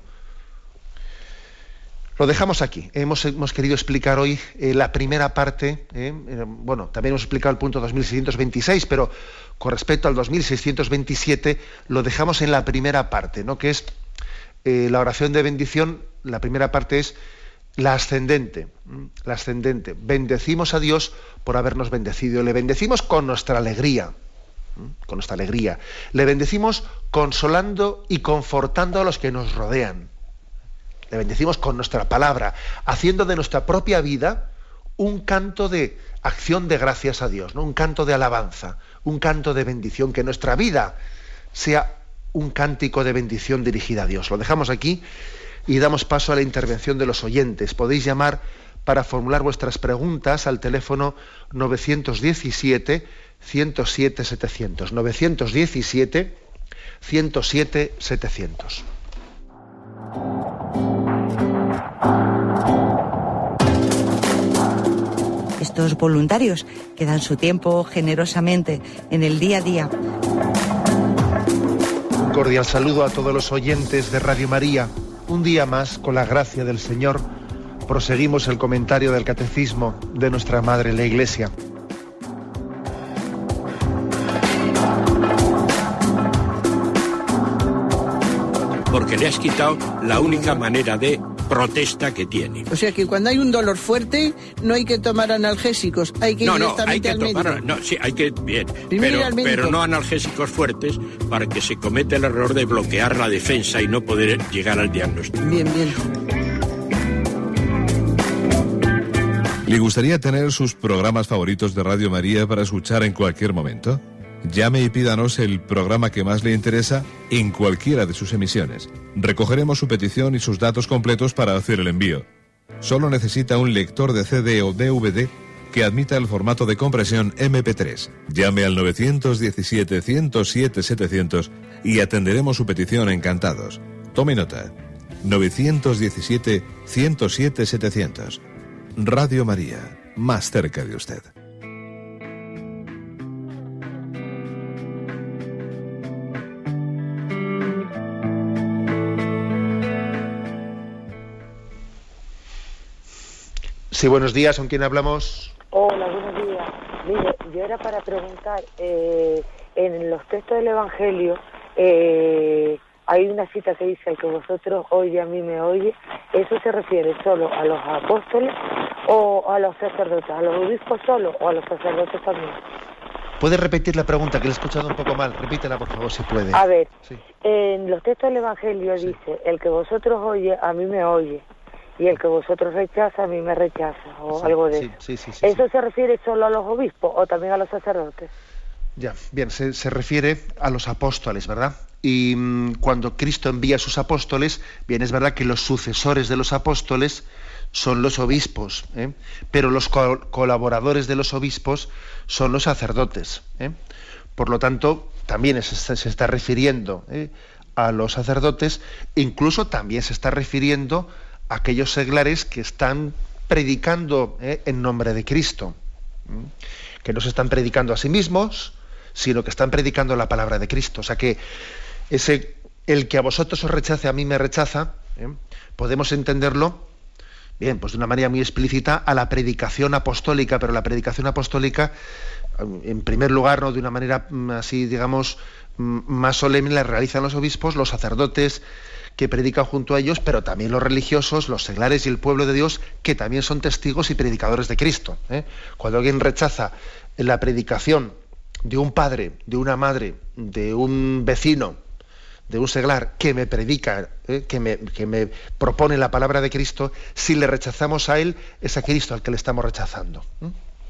Lo dejamos aquí. Hemos, hemos querido explicar hoy eh, la primera parte. Eh, eh, bueno, también hemos explicado el punto dos mil seiscientos veintiséis, pero con respecto al dos mil seiscientos veintisiete lo dejamos en la primera parte, ¿no? Que es eh, la oración de bendición. La primera parte es la ascendente, la ascendente. Bendecimos a Dios por habernos bendecido. Le bendecimos con nuestra alegría, con nuestra alegría. Le bendecimos consolando y confortando a los que nos rodean. Le bendecimos con nuestra palabra, haciendo de nuestra propia vida un canto de acción de gracias a Dios, ¿no? Un canto de alabanza, un canto de bendición, que nuestra vida sea un cántico de bendición dirigida a Dios. Lo dejamos aquí y damos paso a la intervención de los oyentes. Podéis llamar para formular vuestras preguntas al teléfono nueve uno siete, uno cero siete, setecientos. nueve uno siete, uno cero siete, setecientos. Estos voluntarios que dan su tiempo generosamente en el día a día. Un cordial saludo a todos los oyentes de Radio María. un día más, con la gracia del Señor, proseguimos el comentario del Catecismo de nuestra Madre la Iglesia. Porque le has quitado la única manera de protesta que tiene. O sea que cuando hay un dolor fuerte no hay que tomar analgésicos, hay que no, ir no, directamente hay que al tomar, médico. no, sí, hay que bien, Primero pero, al médico. pero no analgésicos fuertes para que se cometa el error de bloquear la defensa y no poder llegar al diagnóstico. Bien, bien. ¿Le gustaría tener sus programas favoritos de Radio María para escuchar en cualquier momento? Llame y pídanos el programa que más le interesa en cualquiera de sus emisiones. Recogeremos su petición y sus datos completos para hacer el envío. Solo necesita un lector de C D o D V D que admita el formato de compresión eme pe tres. Llame al nueve uno siete, uno cero siete, setecientos y atenderemos su petición encantados. Tome nota. nueve uno siete, uno cero siete, setecientos. Radio María, más cerca de usted. Sí, buenos días, ¿con quién hablamos? Hola, buenos días. Mire, yo era para preguntar, eh, en los textos del Evangelio eh, hay una cita que dice, el que vosotros oye, a mí me oye. ¿Eso se refiere solo a los apóstoles o a los sacerdotes? ¿A los obispos solo o a los sacerdotes también? ¿Puede repetir la pregunta, que la he escuchado un poco mal? Repítela, por favor, si puede. A ver, Sí. en los textos del Evangelio Sí. dice, el que vosotros oye, a mí me oye. Y el que vosotros rechaza, a mí me rechaza, o Sí, algo de sí, eso. sí, sí, sí, ¿Eso sí. se refiere solo a los obispos o también a los sacerdotes? Ya, bien, se, se refiere a los apóstoles, ¿verdad? Y mmm, cuando Cristo envía a sus apóstoles, bien, es verdad que los sucesores de los apóstoles son los obispos, ¿eh? Pero los co- colaboradores de los obispos son los sacerdotes, ¿eh? Por lo tanto, también se, se está refiriendo, ¿eh?, a los sacerdotes, incluso también se está refiriendo a aquellos seglares que están predicando, ¿eh?, en nombre de Cristo, ¿eh?, que no se están predicando a sí mismos, sino que están predicando la palabra de Cristo. O sea que ese, el que a vosotros os rechace, a mí me rechaza, ¿eh?, podemos entenderlo, bien, pues de una manera muy explícita, a la predicación apostólica, pero la predicación apostólica, en primer lugar, no de una manera así, digamos, más solemne, la realizan los obispos, los sacerdotes que predican junto a ellos, pero también los religiosos, los seglares y el pueblo de Dios, que también son testigos y predicadores de Cristo, ¿eh? Cuando alguien rechaza la predicación de un padre, de una madre, de un vecino, de un seglar que me predica, ¿eh?, que, me, que me propone la palabra de Cristo, si le rechazamos a él, es a Cristo al que le estamos rechazando. ¿eh?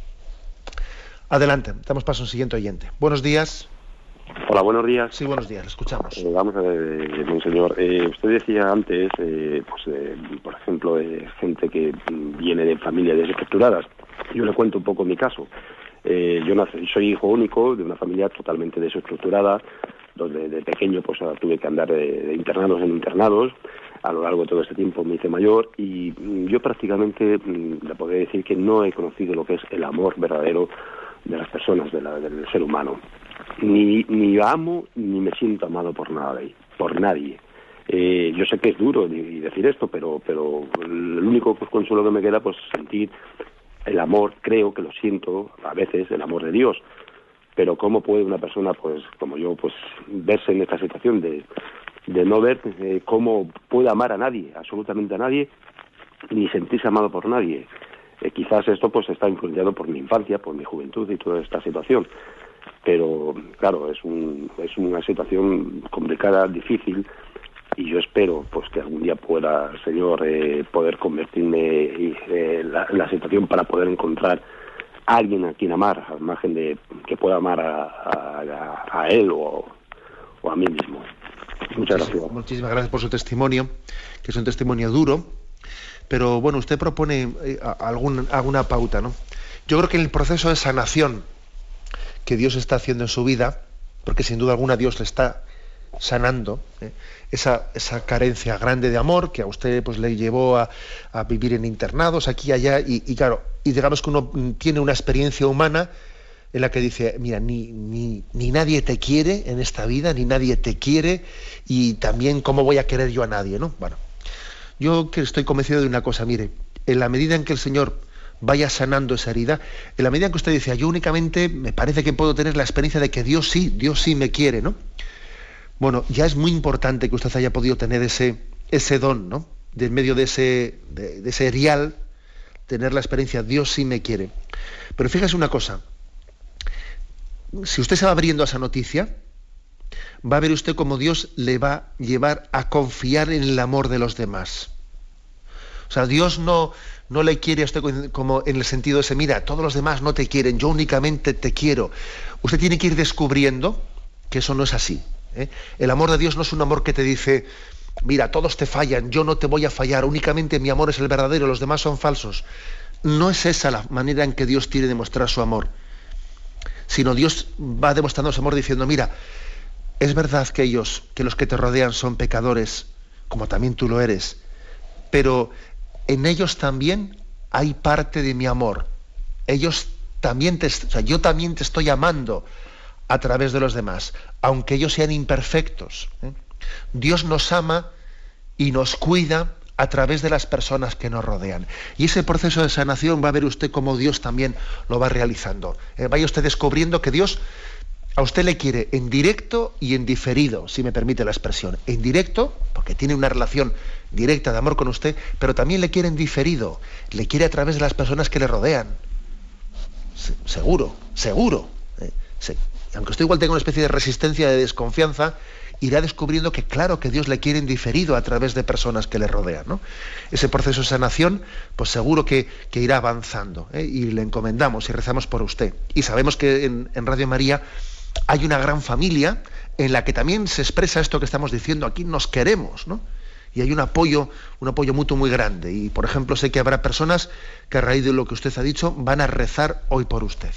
Adelante, damos paso a un siguiente oyente. Buenos días. Hola, buenos días. Sí, buenos días, le escuchamos. Eh, vamos a ver, eh, monseñor, eh, usted decía antes, eh, pues, eh, por ejemplo, de gente que viene de familias desestructuradas. Yo le cuento un poco mi caso. Eh, yo nací, soy hijo único de una familia totalmente desestructurada, donde de pequeño pues tuve que andar de, de internados en internados. A lo largo de todo este tiempo me hice mayor y mm, yo prácticamente mm, le podría decir que no he conocido lo que es el amor verdadero de las personas, de la, del ser humano. Ni, ni amo ni me siento amado por nadie, por nadie. Eh, yo sé que es duro decir esto, pero pero el único consuelo que me queda pues sentir el amor, creo que lo siento a veces, el amor de Dios. Pero cómo puede una persona, pues como yo, pues verse en esta situación de, de no ver eh, cómo puede amar a nadie, absolutamente a nadie, ni sentirse amado por nadie. Eh, quizás esto pues está influenciado por mi infancia, por mi juventud y toda esta situación. Pero claro, es un, es una situación complicada, difícil, y yo espero pues que algún día pueda, Señor, eh, poder convertirme eh, la, la situación para poder encontrar a alguien a quien amar, al margen de que pueda amar a, a, a él o, o a mí mismo. Muchas gracias. Muchísimas gracias por su testimonio, que es un testimonio duro, pero bueno, usted propone eh, algún, alguna pauta, ¿no? Yo creo que en el proceso de sanación que Dios está haciendo en su vida, porque sin duda alguna Dios le está sanando, ¿eh?, esa, esa carencia grande de amor que a usted pues le llevó a, a vivir en internados aquí y allá, y, y claro, y digamos que uno tiene una experiencia humana en la que dice, mira, ni, ni, ni nadie te quiere en esta vida, ni nadie te quiere, y también cómo voy a querer yo a nadie, ¿no? Bueno, yo que estoy convencido de una cosa, mire, en la medida en que el Señor vaya sanando esa herida, en la medida en que usted decía, yo únicamente me parece que puedo tener la experiencia de que Dios sí, Dios sí me quiere, ¿no? Bueno, ya es muy importante que usted haya podido tener ese, ese don, ¿no? De en medio de ese, de, de ese erial, tener la experiencia, Dios sí me quiere. Pero fíjese una cosa, si usted se va abriendo a esa noticia, va a ver usted cómo Dios le va a llevar a confiar en el amor de los demás. O sea, Dios no, no le quiere a usted como en el sentido ese, mira, todos los demás no te quieren, yo únicamente te quiero. Usted tiene que ir descubriendo que eso no es así, ¿eh? El amor de Dios no es un amor que te dice, mira, todos te fallan, yo no te voy a fallar, únicamente mi amor es el verdadero, los demás son falsos. No es esa la manera en que Dios quiere demostrar su amor, sino Dios va demostrando su amor diciendo, mira, es verdad que ellos, que los que te rodean son pecadores, como también tú lo eres, pero en ellos también hay parte de mi amor. Ellos también te, o sea, yo también te estoy amando a través de los demás, aunque ellos sean imperfectos, ¿eh? Dios nos ama y nos cuida a través de las personas que nos rodean. Y ese proceso de sanación va a ver usted cómo Dios también lo va realizando. Eh, vaya usted descubriendo que Dios a usted le quiere en directo y en diferido, si me permite la expresión. En directo, porque tiene una relación directa de amor con usted, pero también le quiere en diferido. Le quiere a través de las personas que le rodean. Se, seguro, seguro. Eh, se, aunque usted igual tenga una especie de resistencia, de desconfianza, irá descubriendo que claro que Dios le quiere en diferido a través de personas que le rodean, ¿no? Ese proceso de sanación, pues seguro que, que irá avanzando, ¿eh? Y le encomendamos y rezamos por usted. Y sabemos que en, en Radio María hay una gran familia en la que también se expresa esto que estamos diciendo, aquí nos queremos, ¿no? Y hay un apoyo, un apoyo mutuo muy grande. Y, por ejemplo, sé que habrá personas que a raíz de lo que usted ha dicho van a rezar hoy por usted.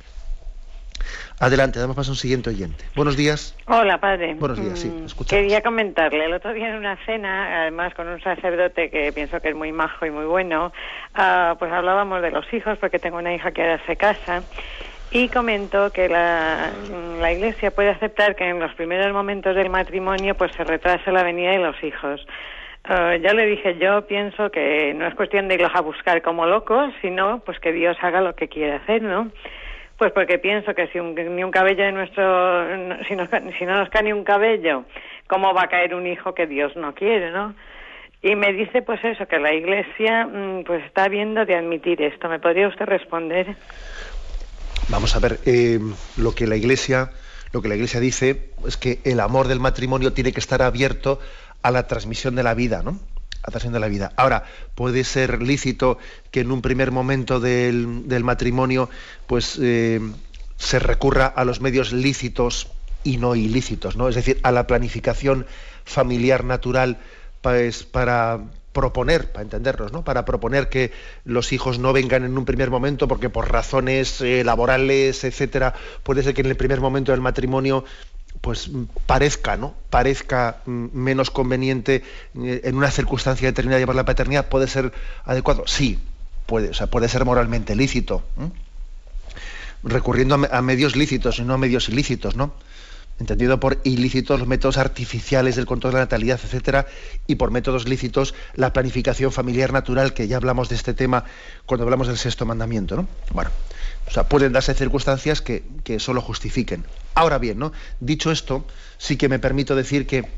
Adelante, damos paso a un siguiente oyente. Buenos días. Hola, padre. Buenos días, sí, escuchamos. Quería comentarle, el otro día en una cena, además con un sacerdote que pienso que es muy majo y muy bueno, uh, pues hablábamos de los hijos, porque tengo una hija que ahora se casa, y comentó que la, la Iglesia puede aceptar que en los primeros momentos del matrimonio pues se retrase la venida de los hijos. Uh, yo le dije, yo pienso que no es cuestión de irlos a buscar como locos, sino pues que Dios haga lo que quiere hacer, ¿no? Pues porque pienso que si un, ni un cabello de nuestro, si, nos, si no nos cae ni un cabello, ¿cómo va a caer un hijo que Dios no quiere, no? Y me dice pues eso, que la Iglesia pues está viendo de admitir esto. ¿Me podría usted responder? Vamos a ver, eh, lo que la Iglesia, lo que la Iglesia dice es que el amor del matrimonio tiene que estar abierto a la transmisión de la vida, ¿no? A la transmisión de la vida. Ahora, puede ser lícito que en un primer momento del, del matrimonio, pues eh, se recurra a los medios lícitos y no ilícitos, ¿no? Es decir, a la planificación familiar natural, pues, para proponer, para entendernos, ¿no? Para proponer que los hijos no vengan en un primer momento porque por razones eh, laborales, etcétera, puede ser que en el primer momento del matrimonio pues parezca, ¿no? Parezca mm, menos conveniente eh, en una circunstancia determinada llevar la paternidad. ¿Puede ser adecuado? Sí, puede, o sea, puede ser moralmente lícito, ¿eh? Recurriendo a, me, a medios lícitos y no a medios ilícitos, ¿no? Entendido por ilícitos los métodos artificiales del control de la natalidad, etcétera, y por métodos lícitos la planificación familiar natural, que ya hablamos de este tema cuando hablamos del sexto mandamiento, ¿no? Bueno, o sea, pueden darse circunstancias que, que eso lo justifiquen. Ahora bien, ¿no? Dicho esto, sí que me permito decir que,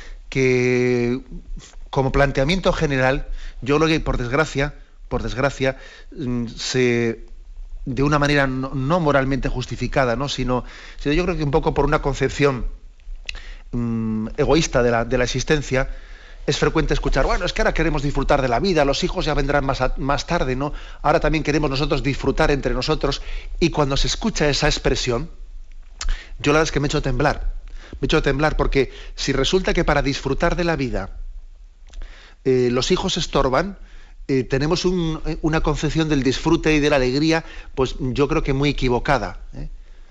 que como planteamiento general, yo creo que por desgracia, por desgracia, se de una manera no, no moralmente justificada, ¿no? Sino, sino yo creo que un poco por una concepción mmm, egoísta de la, de la existencia, es frecuente escuchar, bueno, es que ahora queremos disfrutar de la vida, los hijos ya vendrán más, a, más tarde, ¿no? Ahora también queremos nosotros disfrutar entre nosotros, y cuando se escucha esa expresión, yo la verdad es que me echo a temblar, me echo a temblar, porque si resulta que para disfrutar de la vida eh, los hijos estorban, Eh, tenemos un, una concepción del disfrute y de la alegría, pues yo creo que muy equivocada, ¿eh?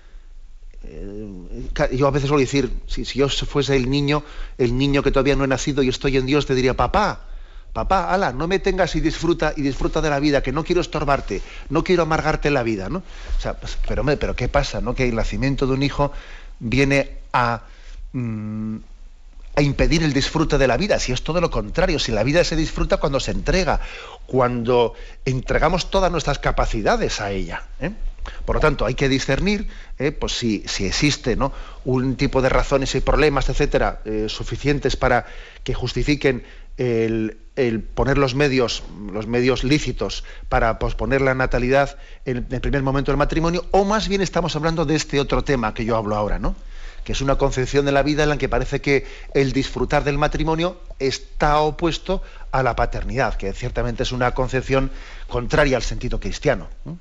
Eh, yo a veces suelo decir, si, si yo fuese el niño, el niño que todavía no he nacido y estoy en Dios, te diría, papá, papá, ala, no me tengas y disfruta y disfruta de la vida, que no quiero estorbarte, no quiero amargarte la vida, ¿no? O sea, pues, pero, hombre, pero ¿qué pasa, no? Que el nacimiento de un hijo viene a, mmm, a impedir el disfrute de la vida, si es todo lo contrario, si la vida se disfruta cuando se entrega, cuando entregamos todas nuestras capacidades a ella, ¿eh? Por lo tanto, hay que discernir eh, pues si, si existe, ¿no?, un tipo de razones y problemas, etcétera, eh, suficientes para que justifiquen el, el poner los medios, los medios lícitos para posponer la natalidad en, en el primer momento del matrimonio, o más bien estamos hablando de este otro tema que yo hablo ahora, ¿no?, que es una concepción de la vida en la que parece que el disfrutar del matrimonio está opuesto a la paternidad, que ciertamente es una concepción contraria al sentido cristiano, ¿no?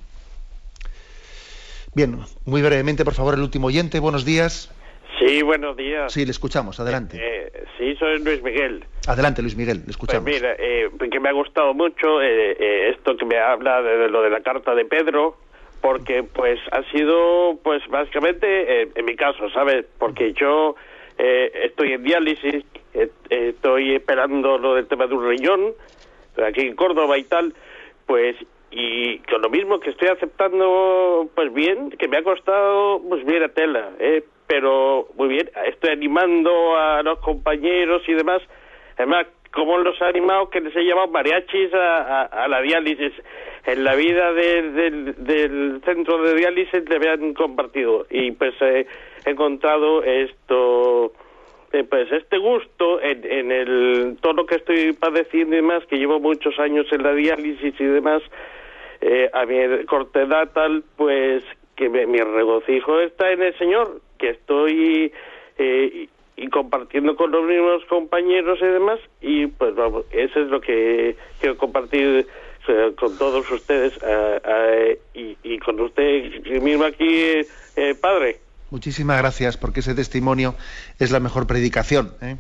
Bien, muy brevemente, por favor, el último oyente. Buenos días. Sí, buenos días. Sí, le escuchamos, adelante. Eh, eh, sí, soy Luis Miguel. Adelante, Luis Miguel, le escuchamos. Pues mira, eh, que me ha gustado mucho eh, eh, esto que me habla de, de lo de la carta de Pedro, porque pues ha sido, pues básicamente, eh, en mi caso, ¿sabes? Porque yo eh, estoy en diálisis, eh, eh, estoy esperando lo del tema de un riñón, aquí en Córdoba y tal, pues... Y con lo mismo que estoy aceptando, pues bien, que me ha costado, pues bien a tela, ¿eh? Pero muy bien, estoy animando a los compañeros y demás. Además, como los he animado, que les he llevado mariachis a, a, a la diálisis. En la vida de, de, del centro de diálisis le habían compartido. Y pues he encontrado esto... Eh, pues este gusto en, en el todo lo que estoy padeciendo y demás, que llevo muchos años en la diálisis y demás, eh, a mi corta edad tal, pues que me, mi regocijo está en el Señor, que estoy eh, y, y compartiendo con los mismos compañeros y demás, y pues vamos, eso es lo que quiero compartir eh, con todos ustedes eh, eh, y, y con usted mismo aquí, eh, padre. Muchísimas gracias, porque ese testimonio es la mejor predicación, ¿eh?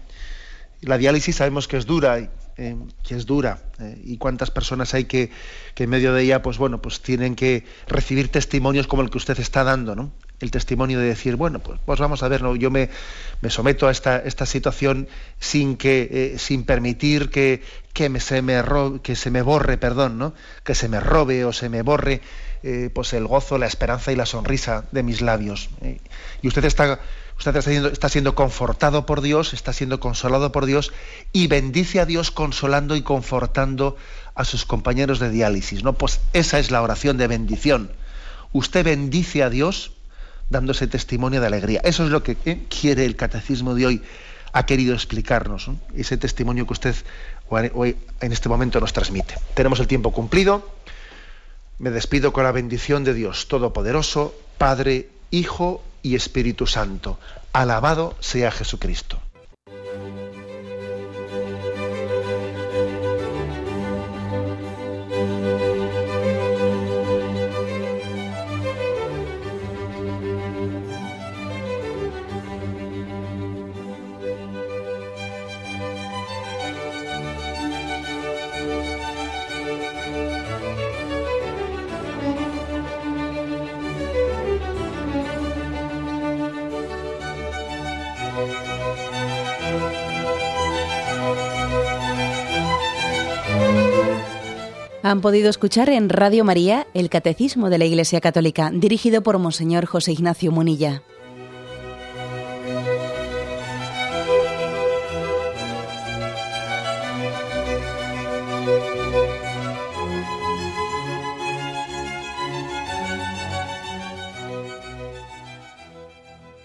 La diálisis sabemos que es dura, eh, que es dura, eh, y cuántas personas hay que, que en medio de ella, pues bueno, pues tienen que recibir testimonios como el que usted está dando, ¿no? El testimonio de decir, bueno, pues, pues vamos a ver, ¿no? Yo me, me someto a esta, esta situación sin que, eh, sin permitir que, que me, se me ro- que se me borre, perdón, ¿no? Que se me robe o se me borre eh, pues el gozo, la esperanza y la sonrisa de mis labios. ¿eh? Y usted está Usted está siendo, está siendo confortado por Dios, está siendo consolado por Dios, y bendice a Dios consolando y confortando a sus compañeros de diálisis, ¿no? Pues esa es la oración de bendición. Usted bendice a Dios dando ese testimonio de alegría. Eso es lo que ¿eh? quiere el catecismo de hoy, ha querido explicarnos, ¿no? Ese testimonio que usted hoy en este momento nos transmite. Tenemos el tiempo cumplido. Me despido con la bendición de Dios Todopoderoso, Padre, Hijo y Espíritu Santo. Alabado sea Jesucristo. Han podido escuchar en Radio María el Catecismo de la Iglesia Católica, dirigido por Monseñor José Ignacio Munilla.